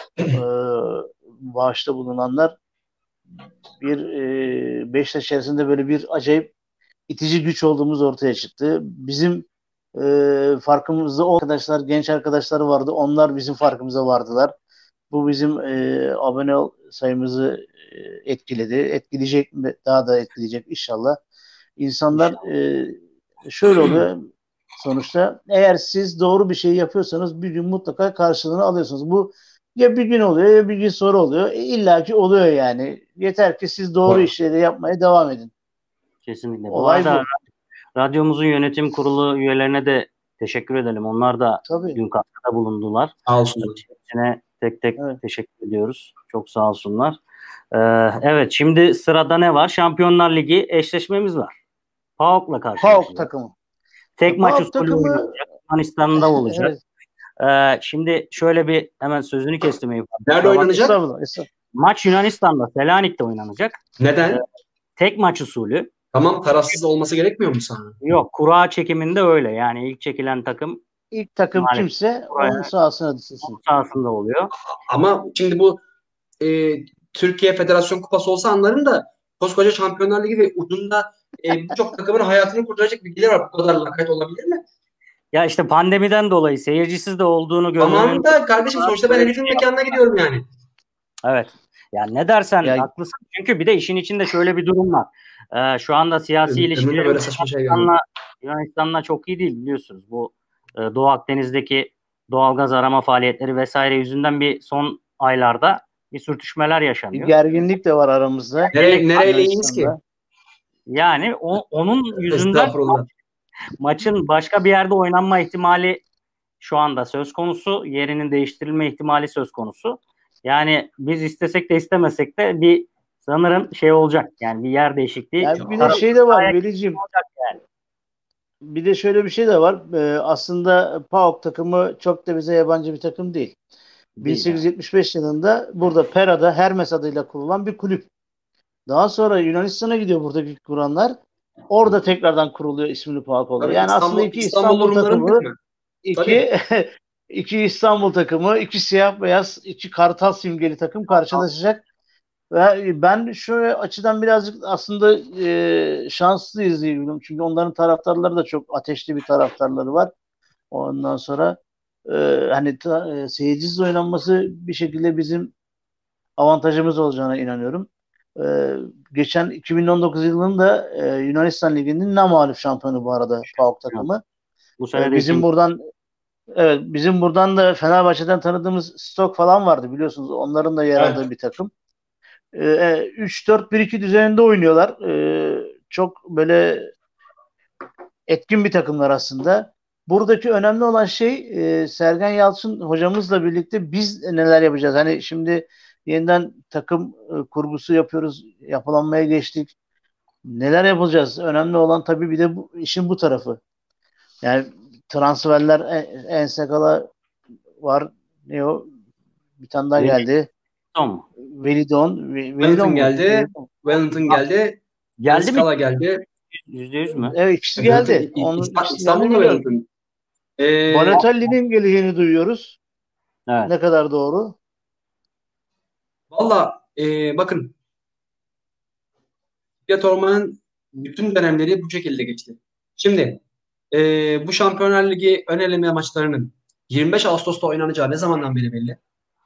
bağışta bulunanlar, bir Beşiktaş içerisinde böyle bir acayip itici güç olduğumuz ortaya çıktı. Bizim farkımızda o arkadaşlar, genç arkadaşları vardı. Onlar bizim farkımıza vardılar. Bu bizim abone sayımızı etkiledi. Etkileyecek mi? Daha da etkileyecek inşallah. İnsanlar şöyle oluyor sonuçta. Eğer siz doğru bir şey yapıyorsanız bir gün mutlaka karşılığını alıyorsunuz. Bu ya bir gün oluyor ya bir gün sonra oluyor. İlla ki oluyor yani. Yeter ki siz doğru işleri yapmaya devam edin. Kesinlikle. Olay bu. Radyomuzun yönetim kurulu üyelerine de teşekkür edelim. Onlar da dün katkıda bulundular. Sağ olsunlar. Hepsine tek tek teşekkür ediyoruz. Çok sağ olsunlar. Evet, şimdi sırada ne var? Şampiyonlar Ligi eşleşmemiz var. PAOK'la karşılaşacağız. PAOK takımı. Tek maç usulü oynanacak. Yunanistan'da olacak. Şimdi şöyle bir hemen sözünü kestim. Nerede oynanacak? Maç Yunanistan'da, Selanik'te oynanacak. Neden? Tek maç usulü. Tamam, tarafsız olması gerekmiyor mu sana? Yok, kura çekiminde öyle. Yani ilk çekilen takım, İlk takım kimse onun sahasına düşsün. Onun sahasında oluyor. Ama şimdi bu Türkiye Federasyon Kupası olsa anlarım da koskoca Şampiyonlar Ligi ve ucunda birçok takımın hayatını kurtaracak bilgiler var. Bu kadar lakayt olabilir mi? Ya işte pandemiden dolayı seyircisiz de olduğunu göz önünde. Zamanında kardeşim sonuçta ben herifin mekanına gidiyorum yani. Evet. Yani ne dersen Ya- haklısın. Çünkü bir de işin içinde şöyle bir durum var. Şu anda siyasi Ömrümde ilişkilerimiz böyle saçma şey görmedim. Yunanistan'la çok iyi değil biliyorsunuz. Bu Doğu Akdeniz'deki doğalgaz arama faaliyetleri vesaire yüzünden bir son aylarda bir sürtüşmeler Bir yaşanıyor. gerginlik de var aramızda. Nereyle iyiymiş ki? Yunanistan'da. Yani onun yüzünden Estağfurullah. maçın başka bir yerde oynanma ihtimali şu anda söz konusu. Yerinin değiştirilme ihtimali söz konusu. Yani biz istesek de istemesek de bir sanırım şey olacak. Yani bir yer değişikliği. Ya bir de şey de var Veli'cim. Bir de şöyle bir şey de var. Aslında PAOK takımı çok da bize yabancı bir takım değil. 1875 yılında burada Pera'da Hermes adıyla kurulan bir kulüp. Daha sonra Yunanistan'a gidiyor buradaki kuranlar. Orada tekrardan kuruluyor, ismini PAOK oluyor. Tabii Yani aslında iki İstanbul Rumların takımı, hükmü. iki iki İstanbul takımı, iki siyah beyaz, iki kartal simgeli takım karşılaşacak. Ve ben şu açıdan birazcık aslında şanslıyız diyebilirim. Çünkü onların taraftarları da çok ateşli bir taraftarları var. Ondan sonra e, hani seyircisiz oynanması bir şekilde bizim avantajımız olacağına inanıyorum. E, Geçen 2019 yılında Yunanistan Ligi'nin namağlup şampiyonu bu arada PAOK takımı. Bu sene de Bizim buradan bizim buradan da Fenerbahçe'den tanıdığımız Stok falan vardı biliyorsunuz. Onların da yer aldığı bir takım. 3-4-1-2 düzeninde oynuyorlar. Çok böyle etkin bir takımlar aslında. Buradaki önemli olan şey Sergen Yalçın hocamızla birlikte biz neler yapacağız? Hani şimdi yeniden takım kurgusu yapıyoruz. Yapılanmaya geçtik. Neler yapacağız? Önemli olan tabii bir de işin bu tarafı. Yani transferler Ensakala var. Ne o? Bir tane daha geldi. Tamam. Velidon. Wellington Velidon mu? geldi. Wellington geldi. Geldi mi? Skala geldi. %100 mü? Evet ikisi geldi. İstanbul'da Wellington. Balotelli'nin geleceğini duyuyoruz. Evet. Ne kadar doğru? Valla bakın Fikret Orman'ın bütün dönemleri bu şekilde geçti. Şimdi bu Şampiyonlar Ligi ön eleme maçlarının 25 Ağustos'ta oynanacağı ne zamandan beri belli?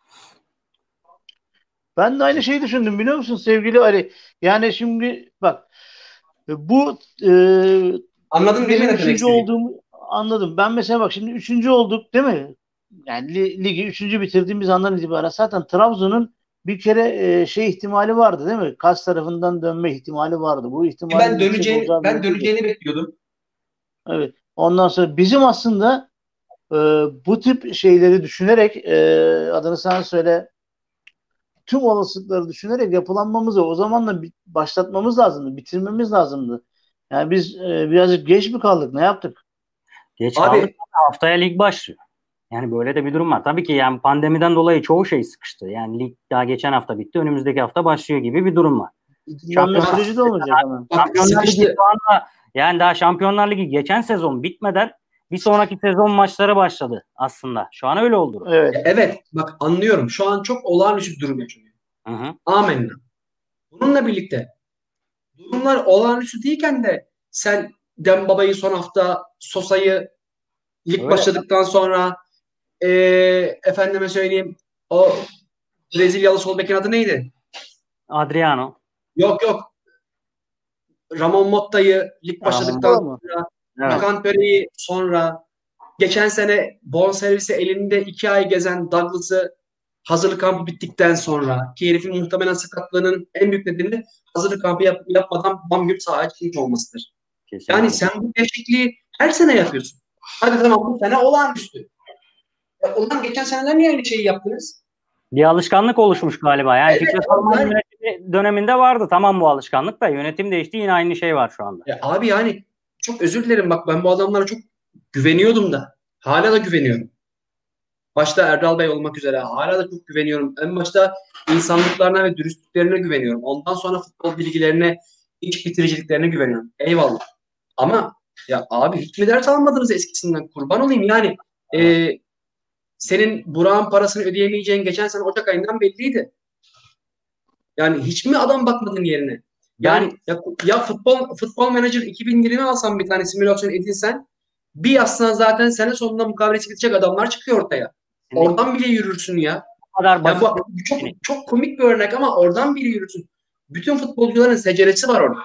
Ben de aynı şeyi düşündüm biliyor musun sevgili Ali? Yani şimdi bak bu Anladın değil mi bizim ne demek üçüncü istediğimi? olduğumu anladım. Ben mesela bak şimdi üçüncü olduk değil mi? Yani ligi üçüncü bitirdiğimiz andan itibaren zaten Trabzon'un bir kere şey ihtimali vardı değil mi? Kas tarafından dönme ihtimali vardı. Bu ihtimalin yüksek olacağı Ben belliydi. döneceğini bekliyordum. Evet. Ondan sonra bizim aslında e, bu tip şeyleri düşünerek adını sen söyle tüm olasılıkları düşünerek yapılanmamızı o zaman da başlatmamız lazımdı. Bitirmemiz lazımdı. Yani biz birazcık geç mi kaldık? Ne yaptık? Geç Abi kaldık. Haftaya lig başlıyor. Yani böyle de bir durum var. Tabii ki yani pandemiden dolayı çoğu şey sıkıştı. Yani lig daha geçen hafta bitti. Önümüzdeki hafta başlıyor gibi bir durum var. Dinlenme süreci de olmayacak hemen. bak Şampiyonlar Ligi sıkıştı. şu anda yani daha Şampiyonlar Ligi geçen sezon bitmeden bir sonraki sezon maçları başladı aslında. Şu an öyle oldu. Evet. Evet bak anlıyorum. Şu an çok olağanüstü bir durum yaşanıyor. Hı hı. Amenna. Bununla birlikte durumlar olağanüstü değilken de sen Dembaba'yı son hafta, Sosa'yı lig Öyle. başladıktan sonra efendime söyleyeyim o Brezilyalı sol bekin adı neydi? Adriano. Yok. Ramon Motta'yı lig başladıktan Ramon. sonra Evet. Hakan Töre'yi sonra geçen sene bonservisi elinde 2 ay gezen Douglas'ı hazırlık kampı bittikten sonra ki herifin muhtemelen sakatlığının en büyük nedeni hazırlık kampı yapmadan bam gibi sahaya çıkmış olmasıdır. Kesinlikle. Yani sen bu değişikliği her sene yapıyorsun. Hadi tamam bu sene olağanüstü. Ondan geçen seneler niye aynı şeyi yaptınız? Bir alışkanlık oluşmuş galiba. Yani Evet, Fikret Orman yönetimi döneminde vardı. Tamam bu alışkanlık da yönetim değişti. Yine aynı şey var şu anda. Abi yani çok özür dilerim bak ben bu adamlara çok güveniyordum da. Hala da güveniyorum. Başta Erdal Bey olmak üzere hala da çok güveniyorum. En başta insanlıklarına ve dürüstlüklerine güveniyorum. Ondan sonra futbol bilgilerine, iş bitiriciliklerine güveniyorum. Eyvallah. Ama ya abi hiç mi ders almadınız eskisinden? Kurban olayım yani. Senin Burak'ın parasını ödeyemeyeceğin geçen sene Ocak ayından belliydi. Yani hiç mi adam bakmadın yerine? Yani ya futbol menajer 2020 alsan bir tane simülasyon edinsen Bir yazsan zaten sene sonunda mukavelesi bitecek adamlar çıkıyor ortaya. Oradan bile yürürsün ya. Bu kadar Ya basit. bu çok komik bir örnek ama oradan bile yürürsün. Bütün futbolcuların seceresi var orada.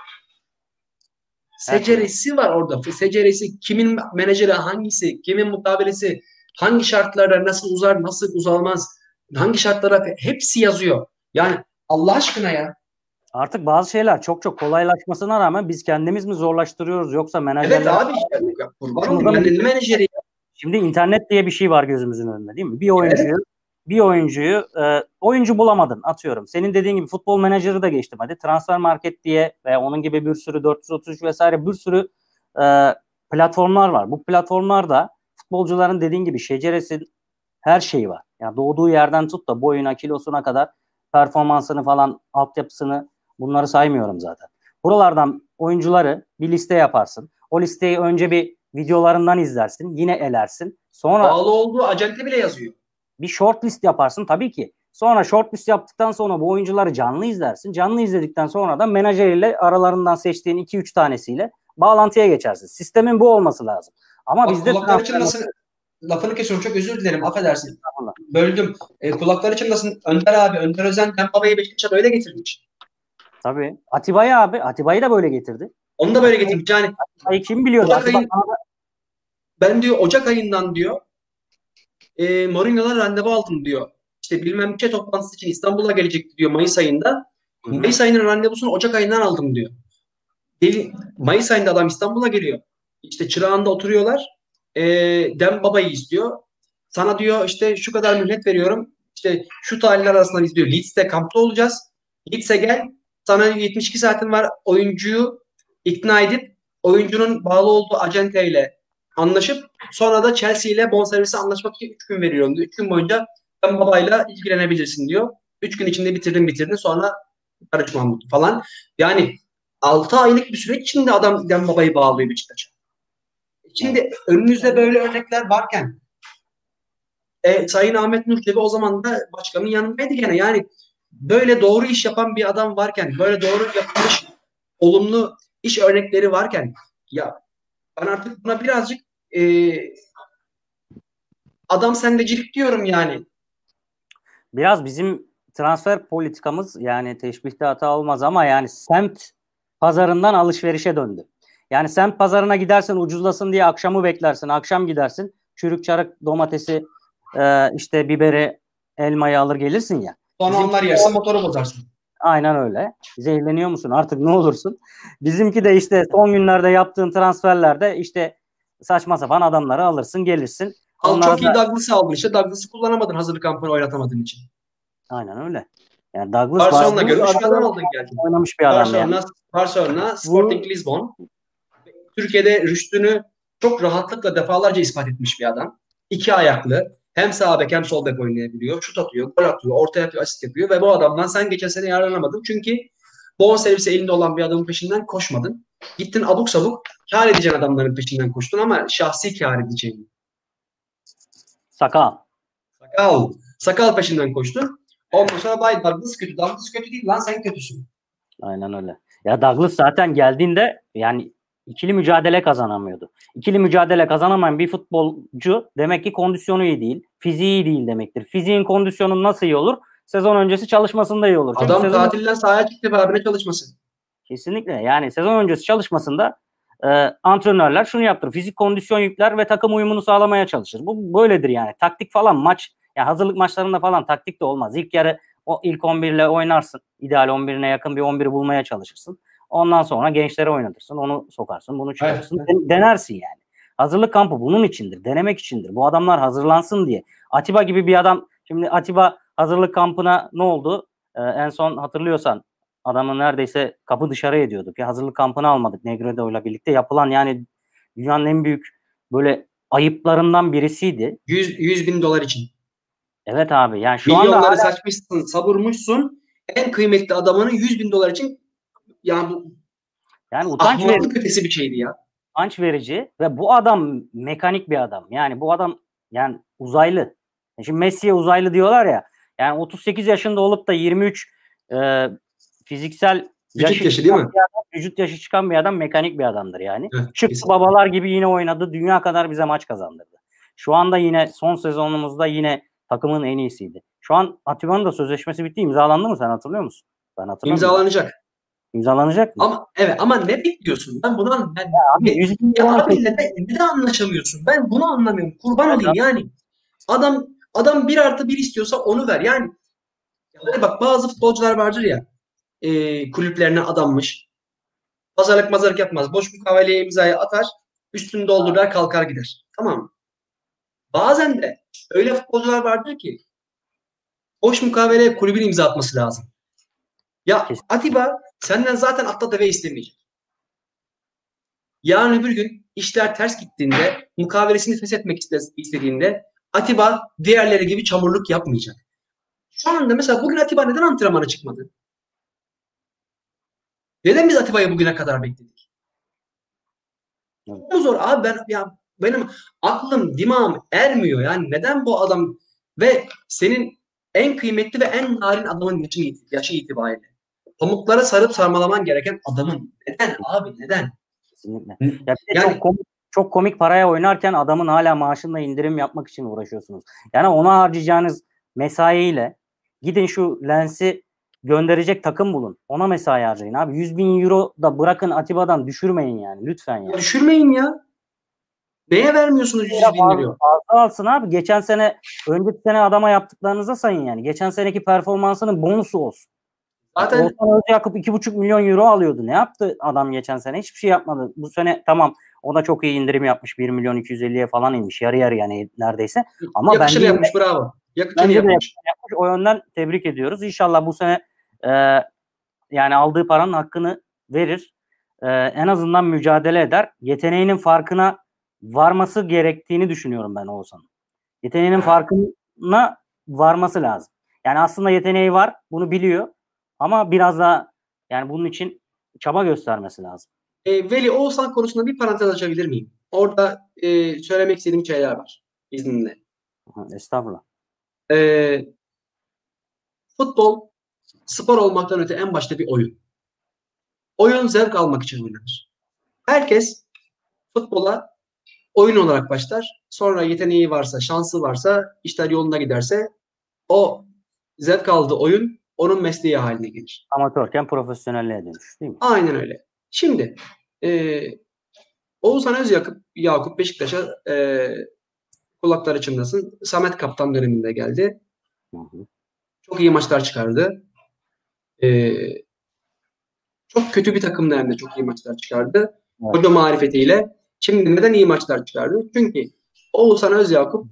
Her şey var. Seceresi var orada. Seceresi, kimin menajeri hangisi, kimin mukavelesi, hangi şartlarda nasıl uzar, nasıl uzalmaz, hangi şartlara hepsi yazıyor. Yani Allah aşkına ya. Artık bazı şeyler çok çok kolaylaşmasına rağmen biz kendimiz mi zorlaştırıyoruz yoksa Evet menajerler abi işte. Ya kurban başımıza olayım. mı Ben de gidiyor? menajeri. Şimdi internet diye bir şey var gözümüzün önünde değil mi? Evet. Bir oyuncuyu oyuncu bulamadın atıyorum. Senin dediğin gibi futbol menajeri de geçtim hadi. Transfer Market diye ve onun gibi bir sürü 433 vesaire bir sürü platformlar var. Bu platformlarda futbolcuların dediğin gibi şeceresi her şeyi var. Yani doğduğu yerden tut da boyuna, kilosuna kadar performansını falan, altyapısını bunları saymıyorum zaten. Buralardan oyuncuları bir liste yaparsın. O listeyi önce bir videolarından izlersin. Yine elersin. Sonra Bağlı olduğu acente bile yazıyor. bir short list yaparsın tabii ki. Sonra short list yaptıktan sonra bu oyuncuları canlı izlersin. Canlı izledikten sonra da menajeriyle aralarından seçtiğin 2-3 tanesiyle bağlantıya geçersin. Sistemin bu olması lazım. Ama Bak bizde kulakları transfer çınlasın. Lafını kesiyorum. Çok özür dilerim. Affedersin. yapıyorlar. Böldüm. Kulakları çınlasın. Önder abi. Önder Özen Dembaba'yı Beşiktaş'a böyle getirmiş. Tabii. Atiba'yı da böyle getirdi. Onu da böyle getirmiş. Yani Atiba'yı kim biliyordu? Ocak ayın ben diyor Ocak ayından diyor Mourinho'dan randevu aldım diyor. İşte bilmem ne toplantısı için İstanbul'a gelecekti diyor Mayıs ayında. Hı hı. Mayıs ayının randevusunu Ocak ayından aldım diyor. Mayıs ayında adam İstanbul'a geliyor. İşte Çırağan'da oturuyorlar. Dembaba'yı istiyor. Sana diyor işte şu kadar mühlet veriyorum. İşte şu tarihler arasında biz diyor Leeds'te kampta olacağız. Leeds'e gel. Sana 72 saatin var oyuncuyu ikna edip oyuncunun bağlı olduğu acenteyle anlaşıp sonra da Chelsea ile bonservisi anlaşmak için 3 gün veriyorum diyor. 3 gün boyunca Dembaba'yla ilgilenebilirsin diyor. 3 gün içinde bitirdin sonra karışmam falan. Yani 6 aylık bir süreç içinde adam Dembaba'yı bağlıyor Beşiktaş'a. Evet. Şimdi önümüzde böyle örnekler varken Sayın Ahmet Nur Çebi o zaman da başkanın yanındaydı gene. Yani böyle doğru iş yapan bir adam varken, böyle doğru yapılmış olumlu iş örnekleri varken ya ben artık buna birazcık e, adam sendecilik diyorum yani. Biraz bizim transfer politikamız yani teşbihte hata olmaz ama yani semt pazarından alışverişe döndü. Yani semt pazarına gidersin ucuzlasın diye akşamı beklersin. Akşam gidersin çürük çarık domatesi işte biberi elmayı alır gelirsin ya. Sonra Bizimki onlar yerse motoru bozarsın. aynen öyle. Zehirleniyor musun artık ne olursun. Bizimki de işte son günlerde yaptığın transferlerde işte saçma sapan adamları alırsın gelirsin. Al Onlara çok iyi da Douglas'ı aldın işte. Douglas'ı kullanamadın hazırlık kampını oynatamadığın için. aynen öyle. Yani Douglas Barcelona bazı görmüş bir adam arabaları aldın geldin. oynamış bir adam yani. Barcelona, Sporting Bu Lisbon. Türkiye'de rüştünü çok rahatlıkla defalarca ispat etmiş bir adam. İki ayaklı. Hem sağ bek hem sol bek oynayabiliyor. Şut atıyor, gol atıyor, orta yapıyor, asist yapıyor. Ve bu adamdan sen geçen sene yararlanamadın. Çünkü bonservisi elinde olan bir adamın peşinden koşmadın. Gittin abuk sabuk kâr edeceğin adamların peşinden koştun ama şahsi kâr edeceğin. Sakal. Sakal. Sakal peşinden koştun. Ondan sonra vay Douglas kötü. Douglas kötü değil lan sen kötüsün. Aynen öyle. Ya Douglas zaten geldiğinde yani ikili mücadele kazanamıyordu. İkili mücadele kazanamayan bir futbolcu demek ki kondisyonu iyi değil, fiziği iyi değil demektir. Fiziğin kondisyonu nasıl iyi olur? Sezon öncesi çalışmasında iyi olur. Çünkü Adam sezon tatilden sahaya çıktı ve abine çalışması. kesinlikle yani sezon öncesi çalışmasında antrenörler şunu yaptırır. Fizik kondisyon yükler ve takım uyumunu sağlamaya çalışır. Bu böyledir yani. Taktik falan maç yani hazırlık maçlarında falan taktik de olmaz. İlk yarı o ilk 11 ile oynarsın. İdeal 11'ine yakın bir 11'i bulmaya çalışırsın. Ondan sonra gençlere oynatırsın. Onu sokarsın, bunu çıkarırsın. Evet. Denersin yani. Hazırlık kampı bunun içindir. Denemek içindir. Bu adamlar hazırlansın diye. Atiba gibi bir adam şimdi Atiba hazırlık kampına ne oldu? En son hatırlıyorsan adamı neredeyse kapı dışarı ediyorduk. Ya hazırlık kampını almadık Negredo ile birlikte. Yapılan yani dünyanın en büyük böyle ayıplarından birisiydi. 100 bin dolar için. Evet abi yani şu anda Milyonları hala saçmışsın, savurmuşsun. En kıymetli adamını 100 bin dolar için yani bu yani ahmaklık ötesi bir şeydi ya. utanç verici ve bu adam mekanik bir adam. Yani bu adam yani uzaylı. Şimdi Messi'ye uzaylı diyorlar ya. Yani 38 yaşında olup da 23 fiziksel Vücut yaşı değil mi? Vücut yaşı çıkan bir adam mekanik bir adamdır yani. Evet, Çıktı kesin. babalar gibi yine oynadı. Dünya kadar bize maç kazandırdı. Şu anda yine son sezonumuzda yine takımın en iyisiydi. Şu an Atiba'nın da sözleşmesi bitti. İmzalandı mı, sen hatırlıyor musun? Ben hatırlamıyorum. İmzalanacak. İmzalanacak mı? Ama evet, ama ne bekliyorsun? Ben bunu Abi, 100 bin ya lira abi neden anlaşamıyorsun? Ben bunu anlamıyorum. Kurban Evet, olayım yani. Adam 1+1 istiyorsa onu ver. Yani hani bak, bazı futbolcular vardır ya, kulüplerine adanmış. Pazarlık yapmaz. Boş mukaveleye imzayı atar. Üstünü doldurur, kalkar gider. Tamam mı? Bazen de öyle futbolcular vardır ki boş mukaveleye kulübün imza atması lazım. Ya Kesin. Atiba senden zaten atla deve istemeyecek. Yarın öbür gün işler ters gittiğinde, mukavelesini feshetmek istediğinde Atiba diğerleri gibi çamurluk yapmayacak. Şu anda mesela bugün Atiba neden antrenmana çıkmadı? Neden biz Atiba'yı bugüne kadar bekledik? Çok mu zor abi, benim aklım dimağım ermiyor yani, neden bu adam ve senin en kıymetli ve en narin adamın yaşı itibariyle pamuklara sarıp sarmalaman gereken adamın neden abi, neden? Kesinlikle. Ya bir de Yani çok komik paraya oynarken adamın hala maaşında indirim yapmak için uğraşıyorsunuz. Yani ona harcayacağınız mesaiyle gidin şu Lens'i gönderecek takım bulun. Ona mesai harcayın abi. 100 bin euro da bırakın, Atiba'dan düşürmeyin yani. Lütfen ya. düşürmeyin ya. Neye vermiyorsunuz 100 bin euro? Fazla alsın abi. Önceki sene adama yaptıklarınıza sayın yani. Geçen seneki performansının bonusu olsun. Zaten Oğuzhan Özyakup 2,5 milyon euro alıyordu. Ne yaptı adam geçen sene? Hiçbir şey yapmadı. Bu sene tamam, o da çok iyi indirim yapmış. 1 milyon 250'ye falan inmiş. Yarı yarı yani neredeyse. Ama yakışını bence yapmış, bravo. Yakışını bence de yapmış. yapmış. O yönden tebrik ediyoruz. İnşallah bu sene yani aldığı paranın hakkını verir. En azından mücadele eder. Yeteneğinin farkına varması gerektiğini düşünüyorum ben Oğuzhan'ın. Yeteneğinin farkına varması lazım. Yani aslında yeteneği var. Bunu biliyor. Ama biraz daha yani bunun için çaba göstermesi lazım. Veli Oğuzhan konusunda bir parantez açabilir miyim? Orada söylemek istediğim şeyler var izninle. Estağfurullah. Futbol spor olmaktan öte en başta bir oyun. Oyun zevk almak için oynanır. Herkes futbola oyun olarak başlar. Sonra yeteneği varsa, şansı varsa, işler yolunda giderse o zevk aldığı oyun onun mesleği haline gelir. Amatörken profesyonelliğe dönüş değil mi? Aynen öyle. Şimdi Oğuzhan Yakup Beşiktaş'a kulakları çınlasın. Samet Kaptan döneminde geldi. Hı. Çok iyi maçlar çıkardı. Çok kötü bir takımda hem de çok iyi maçlar çıkardı. Evet. Hoca marifetiyle. Şimdi neden iyi maçlar çıkardı? Çünkü Oğuzhan Özyakup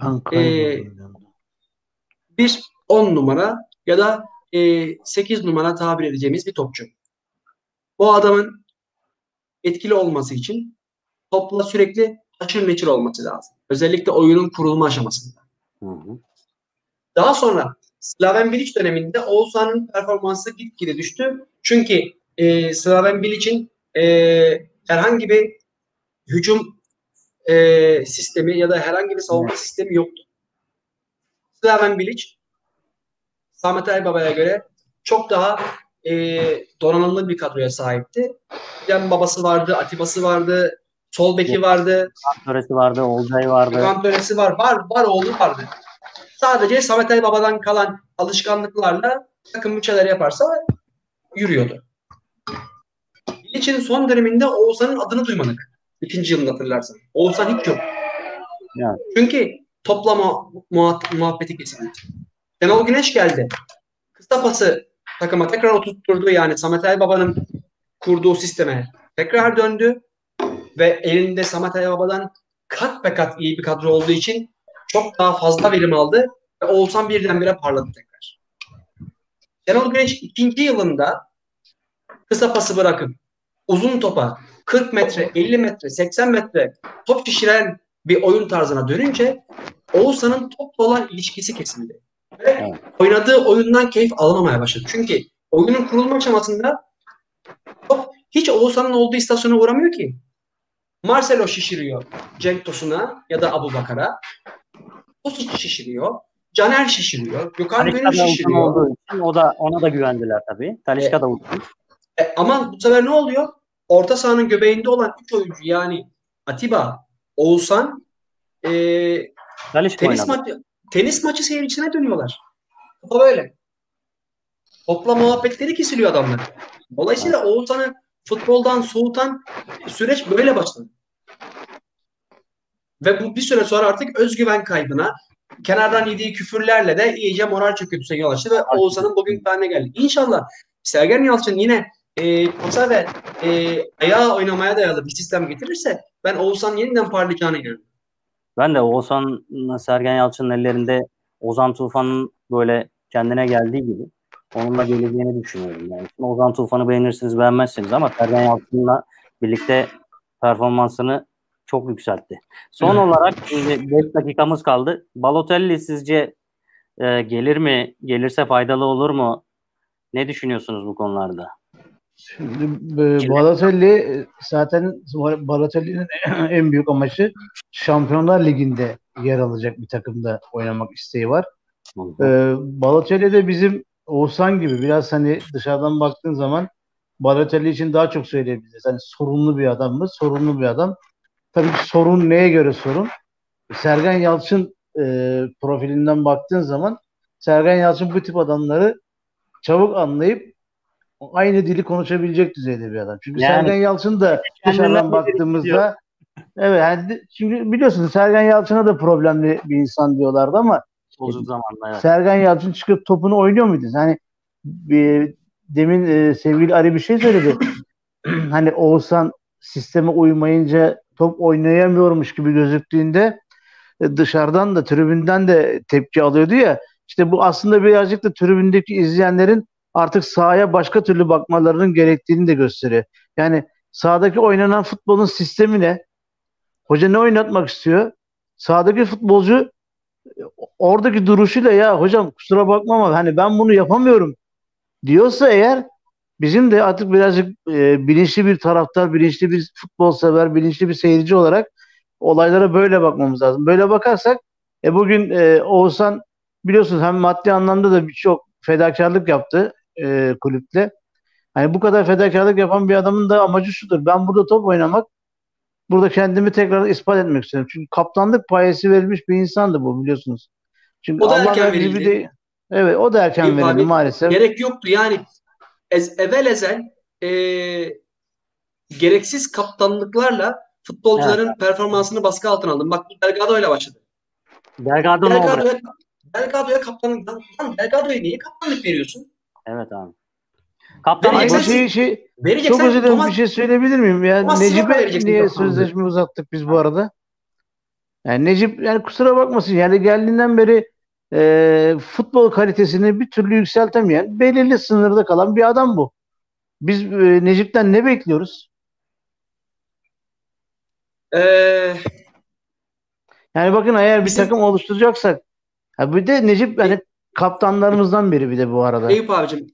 bir 10 numara ya da 8 numara tabir edeceğimiz bir topçu. Bu adamın etkili olması için topla sürekli haşır neçir olması lazım. Özellikle oyunun kurulma aşamasında. Hı. Daha sonra Slaven Bilic döneminde Oğuzhan'ın performansı gitgide düştü. Çünkü Slaven Bilic'in herhangi bir hücum sistemi ya da herhangi bir savunma sistemi yoktu. Slaven Bilic Samet Aybaba'ya göre çok daha donanımlı bir kadroya sahipti. Yani babası vardı, Atiba'sı vardı, sol beki vardı, Töresi vardı, Olcay vardı. Töresi var, oğlu vardı. Sadece Samet Aybaba'dan kalan alışkanlıklarla takım bir şeyler yaparsa yürüyordu. Bilic'in son döneminde Oğuzhan'ın adını duymadık. 2. yılında hatırlarsan. Oğuzhan hiç yok. Evet. Çünkü toplama muhabbeti kesildi. Şenol Güneş geldi. Kısa pası takıma tekrar oturtturdu, yani Samet Aybaba'nın kurduğu sisteme tekrar döndü ve elinde Samet Aybaba'dan kat be kat iyi bir kadro olduğu için çok daha fazla verim aldı ve Oğuzhan birdenbire parladı tekrar. Şenol Güneş 2. yılında kısa pası bırakıp uzun topa 40 metre, 50 metre, 80 metre top şişiren bir oyun tarzına dönünce Oğuzhan'ın topla olan ilişkisi kesildi. Ve oynadığı oyundan keyif alamamaya başladı. Çünkü oyunun kurulma aşamasında top hiç Oğuzhan'ın olduğu istasyona uğramıyor ki. Marcelo şişiriyor Cenk Tosun'a ya da Abubakar'a. Tosic şişiriyor. Caner şişiriyor. Gökhan Gönül şişiriyor. Olduğu için ona da güvendiler tabii. Talisca da uzun. Ama bu sefer ne oluyor? Orta sahanın göbeğinde olan 3 oyuncu yani Atiba, Oğuzhan e, Talisca tenis oynadı. maçı tenis maçı seyircisine dönüyorlar. Bu böyle. Topla muhabbetleri kesiliyor adamlar. Evet. Dolayısıyla Oğuzhan'ı futboldan soğutan süreç böyle başladı. Ve bu bir süre sonra artık özgüven kaybına, kenardan yediği küfürlerle de iyice moral çöküntüsüne yol açtı ve Oğuzhan'ın bugün haline geldi. İnşallah Sergen Yalçın yine pasa ve ayağa oynamaya dayalı bir sistem getirirse ben Oğuzhan yeniden parlayacağına inanıyorum. Ben de Oğuzhan Sergen Yalçın'ın ellerinde Ozan Tufan'ın böyle kendine geldiği gibi onunla geleceğini düşünüyorum. Yani şimdi Ozan Tufan'ı beğenirsiniz beğenmezsiniz ama Sergen Yalçın'la birlikte performansını çok yükseltti. Son olarak şimdi 5 dakikamız kaldı. Balotelli sizce gelir mi? Gelirse faydalı olur mu? Ne düşünüyorsunuz bu konularda? Şimdi Balotelli zaten Balotelli'nin en büyük amacı Şampiyonlar Ligi'nde yer alacak bir takımda oynamak isteği var. Balotelli de bizim Oğuzhan gibi biraz hani dışarıdan baktığın zaman Balotelli için daha çok söyleyebiliriz. Hani sorunlu bir adam mı? Sorunlu bir adam. Tabii ki sorun neye göre sorun? Sergen Yalçın profilinden baktığın zaman Sergen Yalçın bu tip adamları çabuk anlayıp aynı dili konuşabilecek düzeyde bir adam. Çünkü Yani Sergen Yalçın da kendinden dışarıdan biri baktığımızda evet yani şimdi biliyorsunuz Sergen Yalçın'a da problemli bir insan diyorlardı ama uzun zamanda evet. Sergen Yalçın çıkıp topunu oynuyor muydu? Hani demin sevgili Ari bir şey söyledi. Hani Oğuzhan sisteme uymayınca top oynayamıyormuş gibi gözüktüğünde dışarıdan da tribünden de tepki alıyordu ya. İşte bu aslında birazcık da tribündeki izleyenlerin artık sahaya başka türlü bakmalarının gerektiğini de gösteriyor. Yani sahadaki oynanan futbolun sistemi ne? Hoca ne oynatmak istiyor? Sahadaki futbolcu oradaki duruşuyla ya hocam kusura bakma ama hani ben bunu yapamıyorum diyorsa eğer bizim de artık birazcık bilinçli bir taraftar, bilinçli bir futbol sever, bilinçli bir seyirci olarak olaylara böyle bakmamız lazım. Böyle bakarsak bugün Oğuzhan biliyorsunuz hem maddi anlamda da birçok fedakarlık yaptı kulüple. Hani bu kadar fedakarlık yapan bir adamın da amacı şudur. Ben burada top oynamak, burada kendimi tekrar ispat etmek istiyorum. Çünkü kaptanlık payesi verilmiş bir insandı bu biliyorsunuz. Çünkü O da Allah erken vergisi bir verildi. de evet o da erken Eyüp verildi abi maalesef. gerek yoktu. Yani evvel ezel e, gereksiz kaptanlıklarla Evet. futbolcuların performansını baskı altına aldım. Bak bu Delgado ile başladı. Delgado ne oldu? Delgado'ya Delgado'ya kaptanlık. Lan Delgado'ya niye kaptanlık veriyorsun? Evet abi. Kaptanlık Aynı Vereceksen şeyi çok özür vereceksen dilerim bir şey söyleyebilir miyim? Ya Thomas Sivak'a Necip'e vereceksin niye kaptanlığı. sözleşme uzattık biz bu arada? Yani Necip yani kusura bakmasın yani geldiğinden beri futbol kalitesini bir türlü yükseltemeyen belirli sınırda kalan bir adam bu. Biz Necip'ten ne bekliyoruz? Ee, Yani bakın eğer bir bizim takım oluşturacaksak ha bir de Necip E- hani kaptanlarımızdan biri bir de bu arada. Eyüp abicim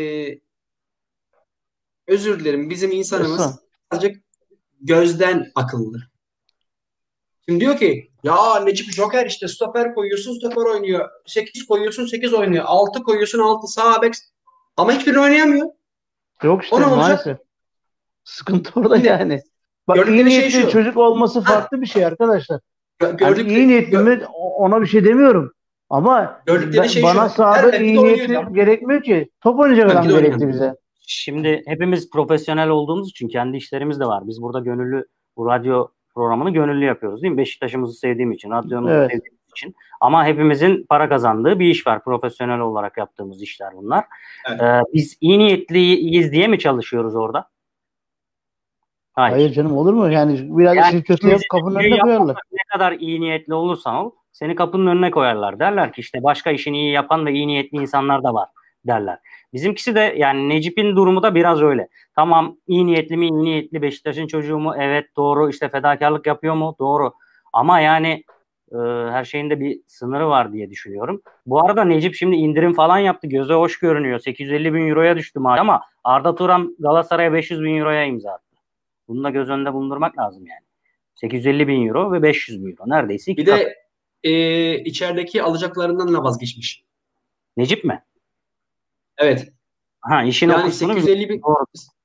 özür dilerim. Bizim Esra. insanımız birazcık gözden akıllı. Şimdi diyor ki ya Necip Joker işte stoper koyuyorsun stoper oynuyor. 8 koyuyorsun 8 oynuyor. 6 koyuyorsun 6 sağ bek ama hiçbirini oynayamıyor. Yok O işte ne olacak? maalesef. Sıkıntı orada Şimdi yani. Bak iyi gördükleri şey niyetli şu. çocuk olması Ha, farklı bir şey arkadaşlar. Yani iyi gördükleri, niyetli mi ona bir şey demiyorum. Ama gördükleri şey bana şu. Her sahada iyi mevkide oynuyor niyetli diyor. gerekmiyor ki. Top oynayacak Her adam mevkide gerekti oynayamıyor. bize. Şimdi hepimiz profesyonel olduğumuz için kendi işlerimiz de var. Biz burada gönüllü bu radyo programını gönüllü yapıyoruz değil mi? Beşiktaş'ımızı sevdiğim için, radyomuzu Evet. sevdiğimiz için. Ama hepimizin para kazandığı bir iş var. Profesyonel olarak yaptığımız işler bunlar. Evet. Biz iyi niyetliyiz diye mi çalışıyoruz orada? Hayır Hayır. canım olur mu? Yani biraz Yani işin kötü işimizi kapının düzgün önüne koyarlar. yapmasak ne kadar iyi niyetli olursan ol, seni kapının önüne koyarlar. Derler ki işte başka işini iyi yapan ve iyi niyetli insanlar da var derler. Bizimkisi de yani Necip'in durumu da biraz öyle. Tamam iyi niyetli mi iyi niyetli Beşiktaş'ın çocuğu mu? Evet doğru işte fedakarlık yapıyor mu? Doğru. Ama yani her şeyin de bir sınırı var diye düşünüyorum. Bu arada Necip şimdi indirim falan yaptı. Göze hoş görünüyor. 850 bin euroya düştü maaş ama Arda Turan Galatasaray'a 500 bin euroya imza attı. Bunu da göz önünde bulundurmak lazım yani. 850 bin euro ve 500 bin euro. Neredeyse iki Bir kat. de içerideki alacaklarından da vazgeçmiş. Necip mi? Evet. Ha işin o Yani kısmını 850 bin doğru.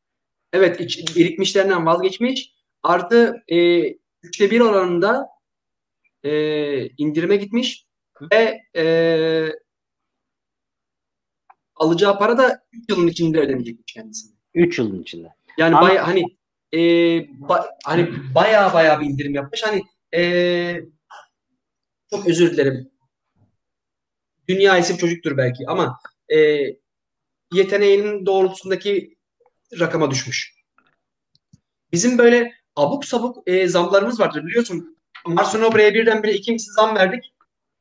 Evet, birikmişlerinden vazgeçmiş. Artı 3'te 1 oranında indirime gitmiş ve alacağı para da 3 yılın içinde ödenecekmiş kendisine. 3 yılın içinde. Yani Ama hani baya bir indirim yapmış. Hani çok özür dilerim. Dünya iyisi bir çocuktur belki ama yeteneğinin doğrultusundaki rakama düşmüş. Bizim böyle abuk sabuk zamlarımız vardır biliyorsun. Marcelo Obre'ye birdenbire 2 misli zam verdik.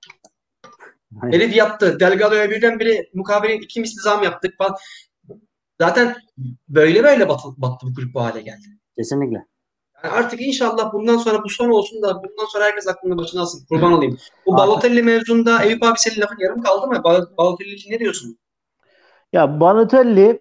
Herif yattı. Delgado'ya birdenbire mukavele 2 misli zam yaptık falan. Zaten böyle battı bu kulüp bu hale geldi. kesinlikle. Yani artık inşallah bundan sonra bu son olsun da bundan sonra herkes aklında başına alsın. Kurban olayım. Bu Balotelli mevzunda Eyüp abi senin lafın yarım kaldı mı? Balotelli için ne diyorsun? Ya Balotelli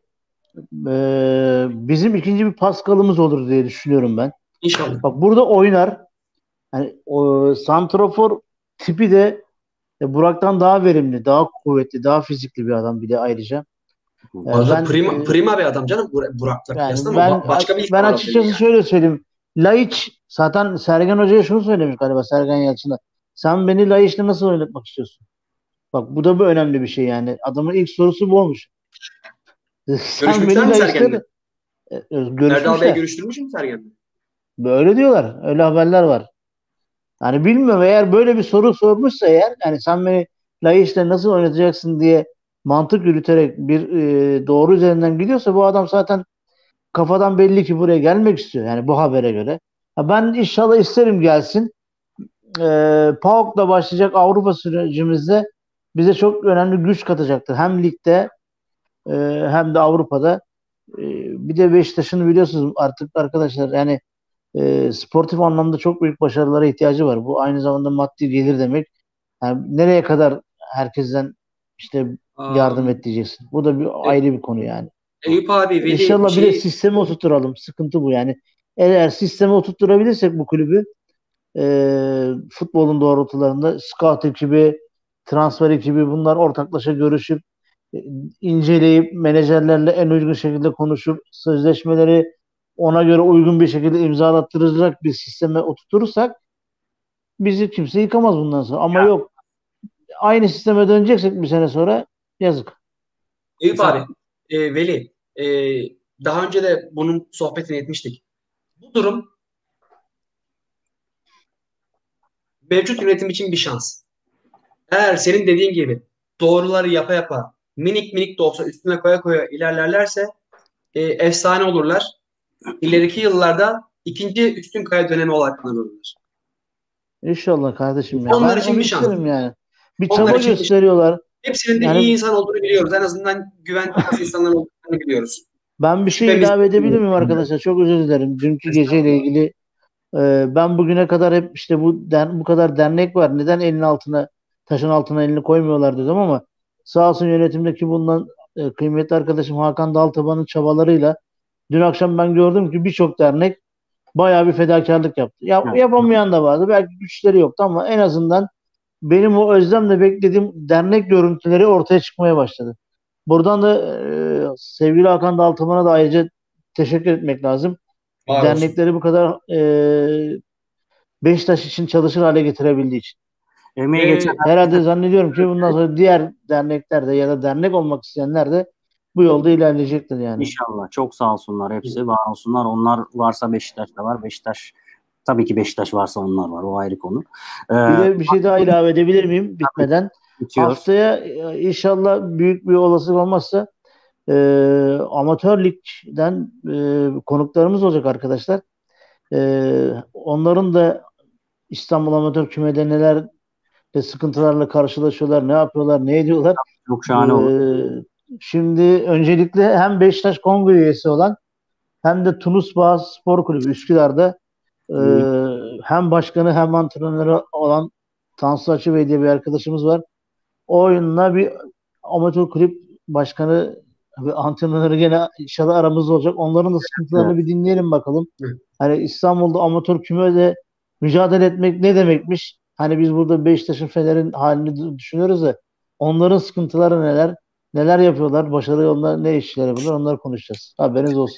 bizim ikinci bir Pascal'ımız olur diye düşünüyorum ben. İnşallah. Bak burada oynar. Yani o santrafor tipi de Burak'tan daha verimli, daha kuvvetli, daha fizikli bir adam bir de ayrıca. Arada Ben prima bir adam canım Burak'la kıyasla yani ama başka bir iş ben Balotelli açıkçası yani. şöyle söyleyeyim. Laiç zaten Sergen Hoca'ya şunu söylemiş galiba Sergen Yalçın'a. Sen beni Laiç'le nasıl oynatmak istiyorsun? Bak bu da bir önemli bir şey yani. Adamın ilk sorusu bu olmuş. Sen Görüşmüşler beni mi Laiç'le Sergen'le? Erdal Bey görüşmüşler. görüştürmüş mü Sergen'le? Böyle diyorlar. Öyle haberler var. Yani bilmiyorum eğer böyle bir soru sormuşsa eğer yani sen beni Laiç'le nasıl oynatacaksın diye mantık yürüterek bir doğru üzerinden gidiyorsa bu adam zaten kafadan belli ki buraya gelmek istiyor. Yani bu habere göre. Ha ben inşallah isterim gelsin. PAOK'la başlayacak Avrupa sürecimizde bize çok önemli güç katacaktır. Hem ligde e, hem de Avrupa'da. Bir de Beşiktaş'ın biliyorsunuz artık arkadaşlar yani sportif anlamda çok büyük başarılara ihtiyacı var. Bu aynı zamanda maddi gelir demek. Yani nereye kadar herkesten işte yardım et diyeceksin. Bu da bir E, ayrı bir konu yani. Eyüp abi Veli İnşallah bir de sistemi oturturalım. Sıkıntı bu yani. Eğer sistemi oturtturabilirsek bu kulübü futbolun doğrultularında scout ekibi, transfer ekibi bunlar ortaklaşa görüşüp e, inceleyip menajerlerle en uygun şekilde konuşup sözleşmeleri ona göre uygun bir şekilde imzalattıracak bir sisteme oturtursak bizi kimse yıkamaz bundan sonra. Ama yok aynı sisteme döneceksek bir sene sonra yazık. Eyüp Mesela abi Veli daha önce de bunun sohbetini etmiştik. Bu durum mevcut yönetim için bir şans. Eğer senin dediğin gibi doğruları yapa yapa minik minik de olsa üstüne koya koya ilerlerlerse efsane olurlar. İleriki yıllarda ikinci üstün kaya dönemi olarak kullanılırlar. İnşallah kardeşim ya. Onlar Ben için onu bir şans. isterim yani. Bir Onlar çaba için bir şans. gösteriyorlar. Hepsinin de iyi Yani insan olduğunu biliyoruz. En azından güvendiğimiz insanlar olduğunu biliyoruz. ben bir şey Şüphemiz ilave edebilir yok. miyim arkadaşlar? Çok özür dilerim. Dünkü geceyle Estağfurullah. ilgili ben bugüne kadar hep işte bu kadar dernek var. Neden elinin altına taşın altına elini koymuyorlar dedim ama sağ olsun yönetimdeki bulunan kıymetli arkadaşım Hakan Daltaban'ın çabalarıyla dün akşam ben gördüm ki birçok dernek bayağı bir fedakarlık yaptı. evet, Yapamayan da vardı. Belki güçleri yoktu ama en azından benim o özlemle beklediğim dernek görüntüleri ortaya çıkmaya başladı. Buradan da sevgili Hakan Daltaban'a da ayrıca teşekkür etmek lazım. Var olsun. Dernekleri bu kadar Beşiktaş için çalışır hale getirebildiği için. emeği geçen E, Herhalde zannediyorum ki bundan sonra diğer dernekler de ya da dernek olmak isteyenler de bu yolda ilerleyecektir yani. inşallah çok sağ olsunlar hepsi var olsunlar. Onlar varsa Beşiktaş da var. Beşiktaş tabii ki Beşiktaş varsa onlar var. O ayrı konu. Bir Ee, de bir şey daha ilave edebilir miyim bitmeden? bitiyor. Haftaya inşallah büyük bir olasılık olmazsa amatör ligden konuklarımız olacak arkadaşlar. Onların da İstanbul Amatör Küme'de neler sıkıntılarla karşılaşıyorlar, ne yapıyorlar, ne ediyorlar. Çok şahane olur. Şimdi öncelikle hem Beşiktaş Kongre üyesi olan hem de Tunusbağ Spor Kulübü Üsküdar'da e, hem başkanı hem antrenörü olan Tansu Açıbey diye bir arkadaşımız var. O oyunla bir amatör kulüp başkanı ve antrenörü gene inşallah aramızda olacak. Onların da Evet. sıkıntılarını bir dinleyelim bakalım. Evet. Hani İstanbul'da amatör kümede mücadele etmek ne demekmiş? Hani biz burada Beşiktaş'ın Fener'in halini düşünüyoruz da onların sıkıntıları neler? Neler yapıyorlar? Başarı yolunda ne işler yapıyorlar? Onları konuşacağız. Haberiniz olsun.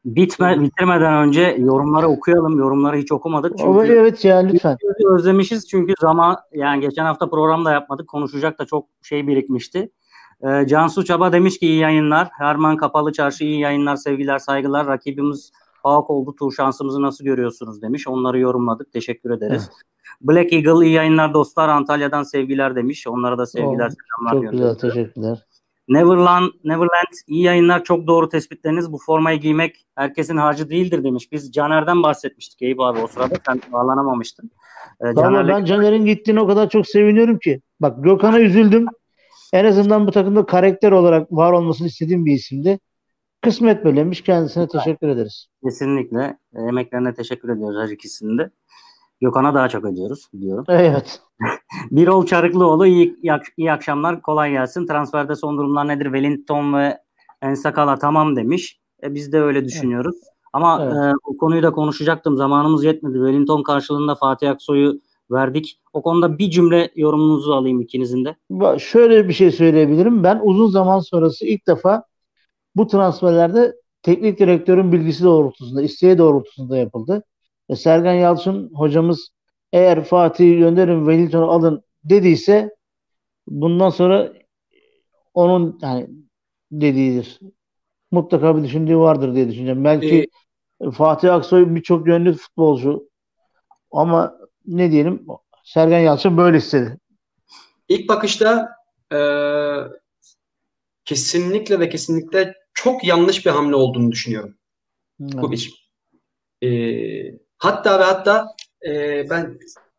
Bitirmeden önce yorumları okuyalım. Yorumları hiç okumadık çünkü Evet ya, lütfen. özlemişiz çünkü yani geçen hafta programda yapmadık. Konuşacak da çok şey birikmişti. Cansu Çaba demiş ki iyi yayınlar. Herman Kapalı Çarşı iyi yayınlar, sevgiler, saygılar. Rakibimiz PAOK oldu. Tur şansımızı nasıl görüyorsunuz demiş. Onları yorumladık. Teşekkür ederiz. Evet. Black Eagle iyi yayınlar dostlar. Antalya'dan sevgiler demiş. Onlara da sevgiler, selamlar Çok güzel, gönderiyoruz. teşekkürler. Neverland iyi yayınlar, çok doğru tespitleriniz. Bu formayı giymek herkesin harcı değildir demiş. Biz Caner'den bahsetmiştik Eyüp abi o sırada. Sen bağlanamamıştın. Valla ben Caner'in gittiğine o kadar çok seviniyorum ki. Bak, Gökhan'a üzüldüm. En azından bu takımda karakter olarak var olmasını istediğim bir isimdi. Kısmet böylemiş. Kendisine teşekkür ederiz. Kesinlikle. Emeklerine teşekkür ediyoruz her ikisini de. Gökhan'a daha çok ediyoruz biliyorum. Evet. Birol Çarıklıoğlu iyi akşamlar. Kolay gelsin. Transferde son durumlar nedir? Wellington ve Ensakala tamam demiş. Biz de öyle düşünüyoruz. Ama Evet. o konuyu da konuşacaktım. Zamanımız yetmedi. Wellington karşılığında Fatih Aksoy'u verdik. O konuda bir cümle yorumunuzu alayım ikinizin de. Şöyle bir şey söyleyebilirim. Ben uzun zaman sonrası ilk defa bu transferlerde teknik direktörün bilgisi doğrultusunda, isteği doğrultusunda yapıldı. Sergen Yalçın hocamız eğer Fatih'i gönderin, Wellington'u alın dediyse bundan sonra onun yani dediğidir. Mutlaka bir düşündüğü vardır diye düşüneceğim. Ee, Belki Fatih Aksoy birçok yönlü futbolcu ama ne diyelim, Sergen Yalçın böyle istedi. ilk bakışta e, kesinlikle ve kesinlikle çok yanlış bir hamle olduğunu düşünüyorum bu Evet. bir. Hatta ve hatta ben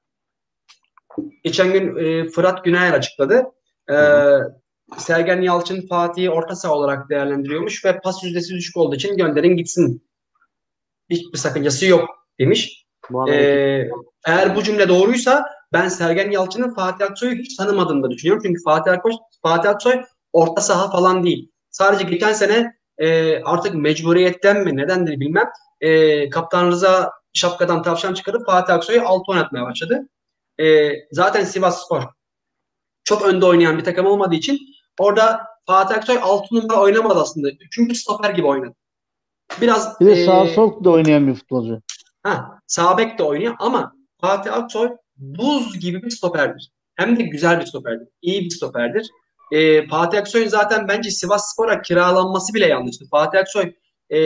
geçen gün Fırat Günayer açıkladı. E, Sergen Yalçın Fatih'i orta saha olarak değerlendiriyormuş ve pas yüzdesi düşük olduğu için gönderin gitsin. Hiçbir sakıncası yok demiş. Bu E, haberi Eğer bu cümle doğruysa ben Sergen Yalçın'ın Fatih Aksoy'u hiç tanımadığını da düşünüyorum. Çünkü Fatih Aksoy orta saha falan değil. Sadece geçen sene artık mecburiyetten mi nedendir bilmem, Kaptan Rıza şapkadan tavşan çıkarıp Fatih Aksoy'u 6 oynatmaya başladı. Zaten Sivasspor çok önde oynayan bir takım olmadığı için orada Fatih Aksoy 6 numara oynamadı aslında. Üçüncü stoper gibi oynadı. Biraz Bir de sağ sol da oynayan bir futbolcu. sağ bek de oynuyor ama Fatih Aksoy buz gibi bir stoperdir. Hem de güzel bir stoperdir. İyi bir stoperdir. Fatih Aksoy'un zaten bence Sivasspor'a kiralanması bile yanlıştı. Fatih Aksoy e,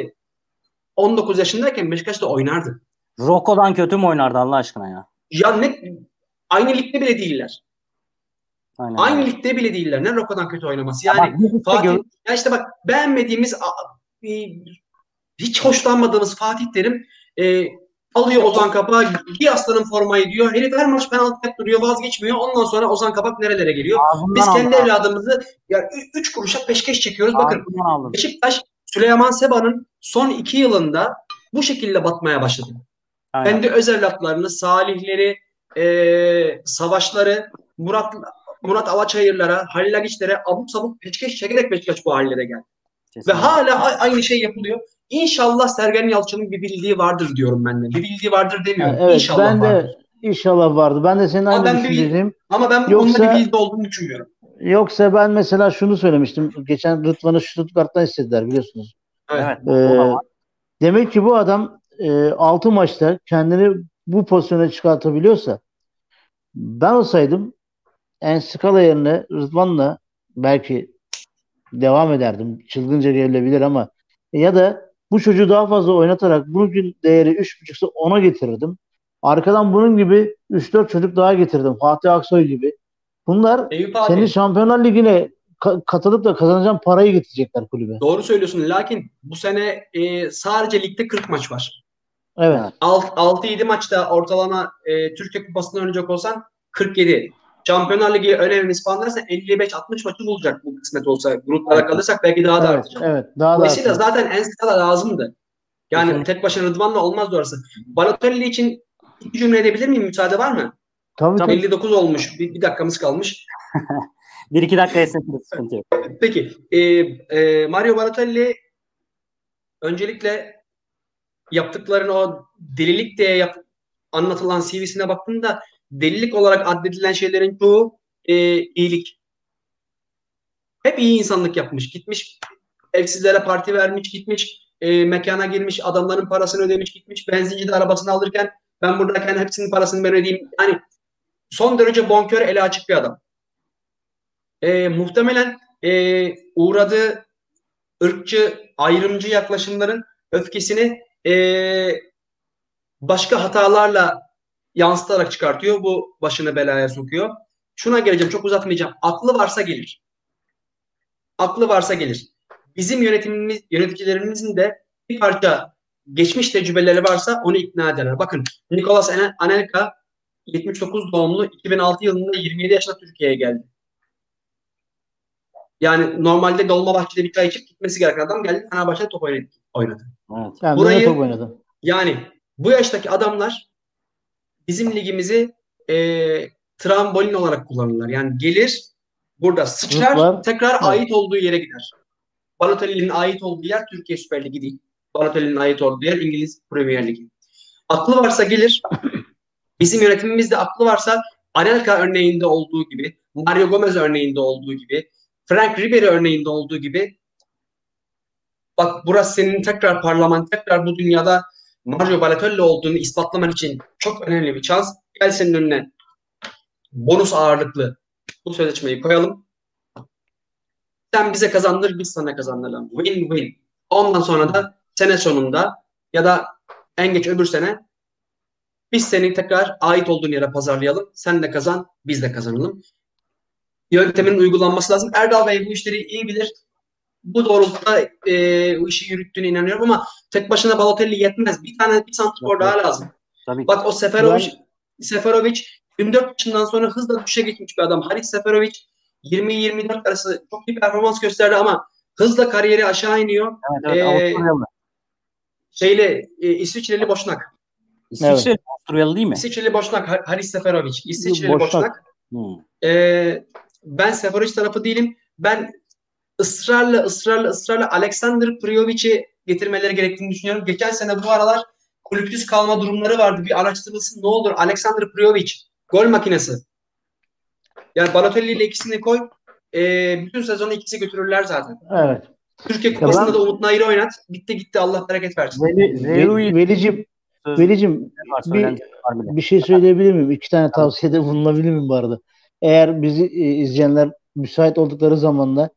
19 yaşındayken Beşiktaş'ta oynardı. Rocco'dan kötü mü oynardı Allah aşkına ya? Ya ne, aynı ligde bile değiller. Aynen Aynı öyle. ligde bile değiller. Ne Rocco'dan kötü oynaması. Ya bak, Yani biz işte Fatih, ya işte bak, beğenmediğimiz e, hiç hoşlanmadığımız Fatih Terim alıyor işte Ozan Kabak'ı, giy aslanın formayı diyor. Herif her maç penaltı duruyor, vazgeçmiyor. Ondan sonra Ozan Kabak nerelere geliyor? ağzından Biz aldın kendi abi. evladımızı ya 3 kuruşa peşkeş çekiyoruz. Bakın, Ağzından aldın. Beşiktaş Süleyman Seba'nın son 2 yılında bu şekilde batmaya başladı. Aynen. Kendi öz evlatlarını, Salihleri, Savaşları, Murat Alaçayırlara, Halil Agiçlere abuk sabuk peşkeş çekerek Beşiktaş bu hallere geldi. Ve Kesinlikle. hala aynı şey yapılıyor. İnşallah Sergen Yalçın'ın bir bildiği vardır diyorum ben de. Bir bildiği vardır demiyorum. Evet, İnşallah ben vardır. de inşallah vardı. Ben de senin Ama aynı ben düşüncedeyim. ama ben onunla bir Yoksa bildiği olduğunu düşünmüyorum. yoksa ben mesela şunu söylemiştim. Geçen Rıdvan'ı Stuttgart'tan istediler, biliyorsunuz. Evet. Evet, o da Ee, var. Demek ki bu adam 6 maçta kendini bu pozisyona çıkartabiliyorsa, ben olsaydım Enskala yerine Rıdvan'la belki devam ederdim. Çılgınca gelebilir ama ya da bu çocuğu daha fazla oynatarak bugün değeri 3,5'sa ona getirirdim. Arkadan bunun gibi 3-4 çocuk daha getirdim. Fatih Aksoy gibi. Bunlar Eyüp senin abi, Şampiyonlar Ligi'ne katılıp da kazanacağın parayı getirecekler kulübe. doğru söylüyorsun. Lakin bu sene sadece ligde 40 maç var. Evet. Evet. 6-7 maçta ortalama Türkiye Kupası'nda oynayacak olsan 47. Şampiyonlar Ligi önemini ispanlarsan 55-60 maçı bulacak bu kısmet olsa. Gruplara Evet. kalırsak belki daha da Evet. artacak. Evet. Daha da Dolayısıyla artacak. zaten Enskala lazımdı. Yani Kesinlikle. tek başına Rıdvan'la olmaz orası. Balotelli için iki cümle edebilir miyim? Müsaade var mı? Tabii Tabii. tabii. 59 olmuş. Bir dakikamız kalmış. 1-2 dakika esnetiriz, sıkıntı yok. Peki. Mario Balotelli öncelikle yaptıklarını, o delilik diye anlatılan CV'sine baktığında delilik olarak addedilen şeylerin çoğu iyilik. Hep iyi insanlık yapmış. Gitmiş evsizlere parti vermiş, gitmiş mekana girmiş, adamların parasını ödemiş gitmiş. Benzinci de arabasını alırken ben buradayken hepsinin parasını ben ödeyeyim. Yani son derece bonkör, eli açık bir adam. Muhtemelen uğradığı ırkçı, ayrımcı yaklaşımların öfkesini başka hatalarla yansıtarak çıkartıyor. Bu başını belaya sokuyor. Şuna geleceğim, çok uzatmayacağım. Aklı varsa gelir. Aklı varsa gelir. Bizim yöneticilerimizin de bir parça geçmiş tecrübeleri varsa onu ikna ederler. Bakın, Nicolas Anelka 79 doğumlu, 2006 yılında 27 yaşında Türkiye'ye geldi. Yani normalde Dolmabahçe'de bir çay içip gitmesi gereken adam geldi Fenerbahçe'de top oynadı. Evet. Yani Burayı top oynadı. yani bu yaştaki adamlar bizim ligimizi trambolin olarak kullanırlar. Yani gelir burada sıçrar, Zıplar. tekrar Evet. ait olduğu yere gider. Balotelli'nin ait olduğu yer Türkiye Süper Ligi değil. Balotelli'nin ait olduğu yer İngiliz Premier Ligi. Aklı varsa gelir. Bizim yönetimimizde aklı varsa Anelka örneğinde olduğu gibi, Mario Gomez örneğinde olduğu gibi, Frank Ribery örneğinde olduğu gibi, bak burası senin tekrar parlaman, tekrar bu dünyada Mario Balotelli olduğunu ispatlaman için çok önemli bir şans. Gel senin önüne bonus ağırlıklı bu sözleşmeyi koyalım. Sen bize kazandır, biz sana kazandıralım. Win-win. Ondan sonra da sene sonunda ya da en geç öbür sene biz seni tekrar ait olduğun yere pazarlayalım. Sen de kazan, biz de kazanalım. Yöntemin uygulanması lazım. Erdal Bey bu işleri iyi bilir. Bu doğrultuda bu işi yürüttüğüne inanıyorum ama tek başına Balotelli yetmez. Bir santrfor daha lazım. Tabii ki. Bak o Seferovic 24 yaşından sonra hızla düşüşe geçmiş bir adam. Haris Seferovic 20-24 arası çok iyi performans gösterdi ama hızla kariyeri aşağı iniyor. Evet, Avusturyalı. İsviçreli Boşnak. İsviçreli, Avusturyalı değil mi? İsviçreli Boşnak, Haris Seferovic. İsviçreli Boşnak. Boşnak. Ben Seferovic tarafı değilim. Ben ısrarla Alexander Priovic'i getirmeleri gerektiğini düşünüyorum. Geçen sene bu aralar kulüpsüz kalma durumları vardı. Bir araştırılsın ne olur. Alexander Prijovic gol makinesi. Yani Balotelli ile ikisini koy. Bütün sezonu ikisi götürürler zaten. Evet. Türkiye Kupası'nda da Umut Nayır'ı oynat. Gitti Allah bereket versin. Velicim bir şey söyleyebilir miyim? 2 tane tavsiyede bulunabilir miyim bu arada? Eğer bizi izleyenler müsait oldukları zamanda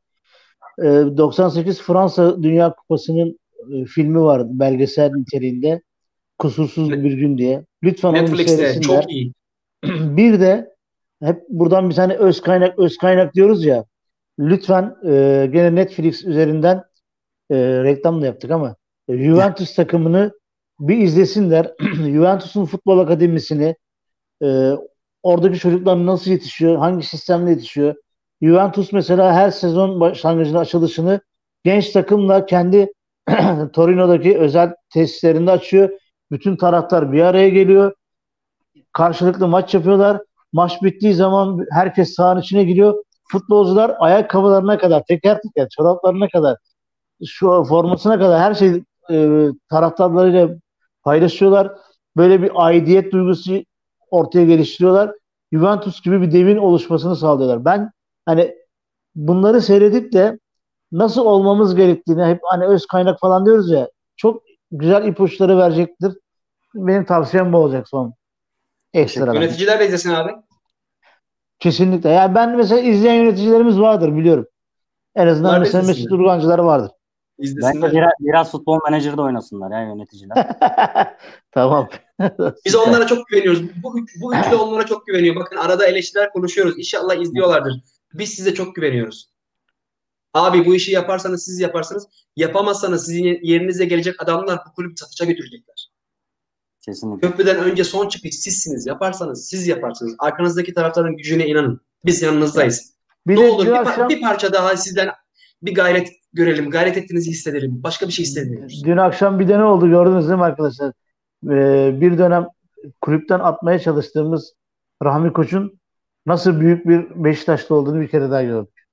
98 Fransa Dünya Kupası'nın filmi var belgesel niteliğinde. Kusursuz bir gün diye. Lütfen onu seyretsinler. Çok iyi. Bir de hep buradan bir tane öz kaynak diyoruz ya. Lütfen gene Netflix üzerinden reklam da yaptık ama Juventus takımını bir izlesinler. Juventus'un futbol akademisini, oradaki çocuklar nasıl yetişiyor, hangi sistemle yetişiyor. Juventus mesela her sezon başlangıcında açılışını genç takımla kendi Torino'daki özel tesislerinde açıyor. Bütün taraftar bir araya geliyor. Karşılıklı maç yapıyorlar. Maç bittiği zaman herkes sahanın içine giriyor. Futbolcular ayakkabılarına kadar, teker teker, çoraplarına kadar, şu formasına kadar her şeyi taraftarlarıyla paylaşıyorlar. Böyle bir aidiyet duygusu ortaya geliştiriyorlar. Juventus gibi bir devin oluşmasını sağlıyorlar. Ben hani bunları seyredip de nasıl olmamız gerektiğini hep hani öz kaynak falan diyoruz ya, çok güzel ipuçları verecektir. Benim tavsiyem bu olacak son ekstradan. Yöneticiler de izlesin abi. Kesinlikle. Yani ben mesela izleyen yöneticilerimiz vardır biliyorum. En azından mesela Mesut Urgancılar vardır. Bence biraz futbol menajerde oynasınlar ya yöneticiler. Tamam. Biz onlara çok güveniyoruz. Bu üçlü onlara çok güveniyor. Bakın arada eleştiriler konuşuyoruz. İnşallah izliyorlardır. Biz size çok güveniyoruz. Abi bu işi yaparsanız siz yaparsınız. Yapamazsanız sizin yerinize gelecek adamlar bu kulübü satışa götürecekler. Kesinlikle. Köprüden önce son çıkış sizsiniz. Yaparsanız siz yaparsınız. Arkanızdaki taraftarın gücüne inanın. Biz yanınızdayız. Ne olur bir parça daha sizden bir gayret görelim. Gayret ettiğinizi hissedelim. Başka bir şey istemiyoruz. Dün akşam bir de ne oldu gördünüz değil mi arkadaşlar? Bir dönem kulüpten atmaya çalıştığımız Rahmi Koç'un nasıl büyük bir Beşiktaşlı olduğunu bir kere daha gördük.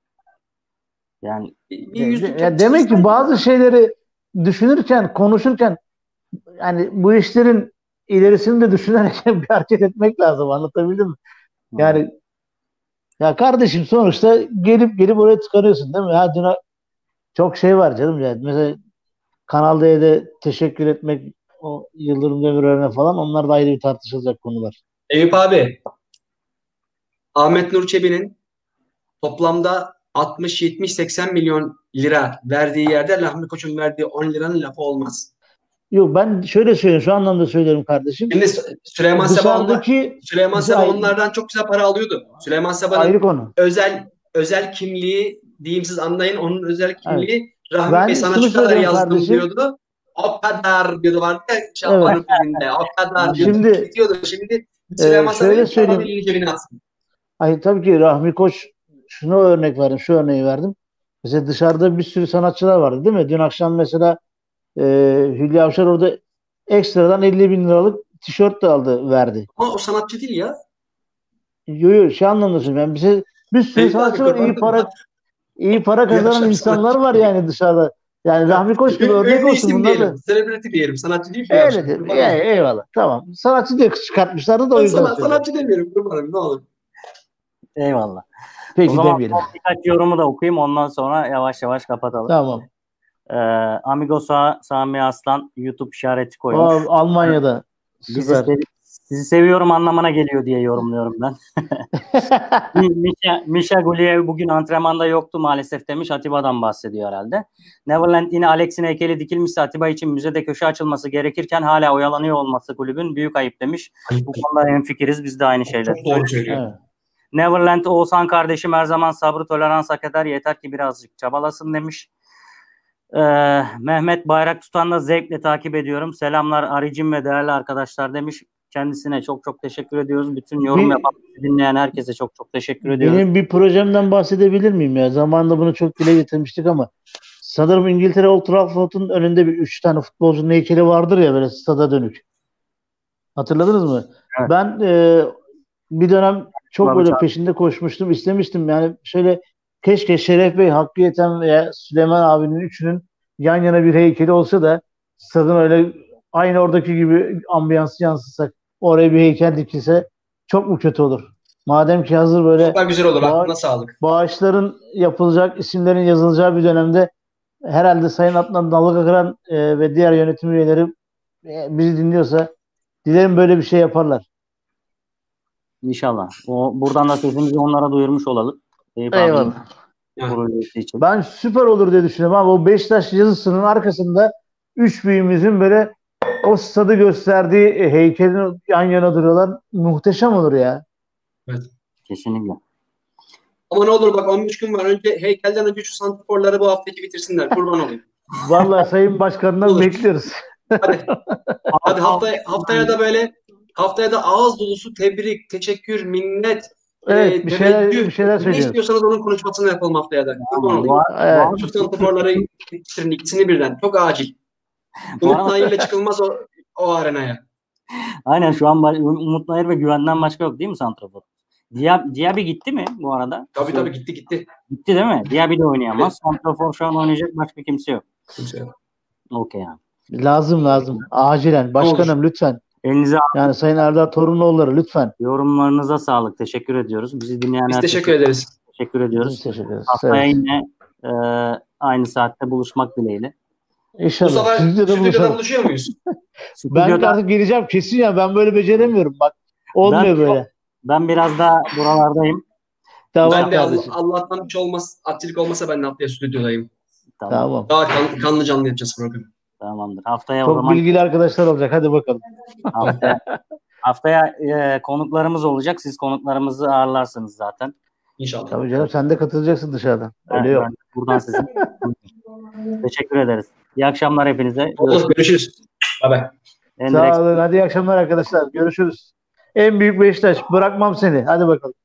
Yani demek ki bazı şeyleri düşünürken, konuşurken yani bu işlerin ilerisini de düşünerek bir hareket etmek lazım. Anlatabildim mi? Yani ya kardeşim sonuçta gelip oraya tıkanıyorsun değil mi? Ya dün çok şey var canım yani. Mesela Kanal D'de teşekkür etmek o Yıldırım Demirören'e falan, onlar da ayrı bir tartışılacak konular. Eyüp abi, Ahmet Nur Çebi'nin toplamda 60, 70, 80 milyon lira verdiği yerde Rahmi Koç'un verdiği 10 liranın lafı olmaz. Yok, ben şöyle söyleyeyim, şu anlamda söylüyorum kardeşim. Şimdi Süleyman Seba Dışarıdaki onlardan çok güzel para alıyordu. Süleyman Seba'nın ayrı konu. özel kimliği diyeyim, siz anlayın, onun özel Evet. kimliği Rahmi Ben Bey sana şunu şu kadar söylüyorum yazdım kardeşim. diyordu. O kadar diyordu, vardı ya Şaban'ın filminde. O kadar diyordu. Şimdi Diyordu. Şimdi Süleyman şöyle Seba'yı adam söyleyeyim. elini cebine atsın. Ay, tabii ki Rahmi Koç, şunu örnek verdim, şu örneği verdim. Mesela dışarıda bir sürü sanatçılar vardı değil mi? Dün akşam mesela Hülya Avşar orada ekstradan 50 bin liralık tişört de aldı, verdi. Ama o sanatçı değil ya. Yo, şey anlamda söylüyorum. Yani bize bir sürü Eyüp abi, sanatçı var, kurban iyi para kazanan akşam insanlar sanatçı. var yani dışarıda. Yani Rahmi Koç gibi örnek Ünlü olsun isim bunlar da. diyelim. Selebriti diyelim. Sanatçı değil ki. Öyle değil. Eyvallah. Tamam. Sanatçı diye çıkartmışlardı da o Ben yüzden söylüyorum. sanatçı demiyorum. Kurbanım, ne olur. Eyvallah. O Peki, zaman demeyelim. birkaç yorumu da okuyayım. Ondan sonra yavaş yavaş kapatalım. Tamam. Amigo Sami Aslan YouTube işareti O koymuş. Almanya'da. Süper. Sizi seviyorum anlamına geliyor diye yorumluyorum ben. Misha Guliev bugün antrenmanda yoktu maalesef demiş. Atiba'dan bahsediyor herhalde. Neverland yine Alex'in heykeli dikilmişse Atiba için müzede köşe açılması gerekirken hala oyalanıyor olması kulübün büyük ayıp demiş. Bu konuda hemfikiriz. Biz de aynı şeyler. Çok doğru söylüyor. Evet. Neverland Oğuzhan kardeşim her zaman sabrı tolerans hak eder. Yeter ki birazcık çabalasın demiş. Mehmet Bayrak Tutan'la zevkle takip ediyorum. Selamlar Aricim ve değerli arkadaşlar demiş. Kendisine çok çok teşekkür ediyoruz. Bütün yorum yapan, dinleyen herkese çok çok teşekkür ediyoruz. Benim bir projemden bahsedebilir miyim ya? Zamanında bunu çok dile getirmiştik ama sanırım İngiltere Old Trafford'un önünde bir 3 tane futbolcunun heykeli vardır ya, böyle stada dönük. Hatırladınız mı? Evet. Ben bir dönem çok Tabii, böyle tabii. peşinde koşmuştum, istemiştim. Yani şöyle, keşke Şeref Bey, Hakkı Yeten veya Süleyman abinin üçünün yan yana bir heykeli olsa da stadın öyle aynı oradaki gibi ambiyansı yansıtsak, oraya bir heykel dikilse çok mu kötü olur? Madem ki hazır böyle Çok daha güzel olur. Aklına sağlık. bağışların yapılacak, isimlerin yazılacağı bir dönemde herhalde Sayın Adnan Dalgakıran ve diğer yönetim üyeleri bizi dinliyorsa, dilerim böyle bir şey yaparlar. İnşallah. Buradan da sesimizi onlara duyurmuş olalım. Eyvallah. Için. Ben süper olur diye düşünüyorum ama o Beşiktaş yazısının arkasında üç büyüğümüzün böyle o stadı gösterdiği heykelin yan yana duruyorlar. Muhteşem olur ya. Evet. Kesinlikle. Ama ne olur bak, 15 gün var. Heykelden önce şu santrforları bu haftaki bitirsinler. Kurban olayım. Vallahi Sayın Başkan'dan bekliyoruz. Hadi haftaya da böyle, haftaya da ağız dolusu tebrik, teşekkür, minnet, Evet, bir şeyler ne söylüyoruz. istiyorsanız onun konuşmasını yapalım haftaya da. Kurban olayım. Evet. Şu santrforları bitirin, ikisini birden. Çok acil. Umut Nayir'le çıkılmaz o arenaya. Aynen, şu an Umut Nayır ve Güven'den başka yok değil mi santrafor? Diaby gitti mi bu arada? Tabii gitti. Gitti değil mi? Diaby de oynayamaz. Santrafor şu an oynayacak başka kimse yok. Kimse yok. Okey abi. Lazım. Acilen. Başkanım lütfen. Elinize yani Sayın Erdal Torunoğulları lütfen. Yorumlarınıza sağlık. Teşekkür ediyoruz. Bizi dinleyen Biz herkese teşekkür ederiz. Teşekkür ediyoruz. Biz teşekkür ederiz. Haftaya yine aynı saatte buluşmak dileğiyle. İnşallah. Bu sefer stüdyoda buluşuyor muyuz? Ben artık geleceğim kesin ya. Ben böyle beceremiyorum. Bak olmuyor böyle. Ben biraz daha buralardayım. Tamam, ben de Allah'tan hiç olmaz. Aksilik olmasa ben de haftaya stüdyodayım. Tamam. Daha kanlı canlı yapacağız programı. Tamamdır. Haftaya çok o zaman bilgili arkadaşlar olacak. Hadi bakalım. Haftaya konuklarımız olacak. Siz konuklarımızı ağırlarsınız zaten. İnşallah. Tabii canım, sen de katılacaksın dışarıdan. Öyle yok. Buradan size teşekkür ederiz. İyi akşamlar hepinize. Görüşürüz. Bye bye. Sağ olun. Hadi iyi akşamlar arkadaşlar. Görüşürüz. En büyük Beşiktaş. Bırakmam seni. Hadi bakalım.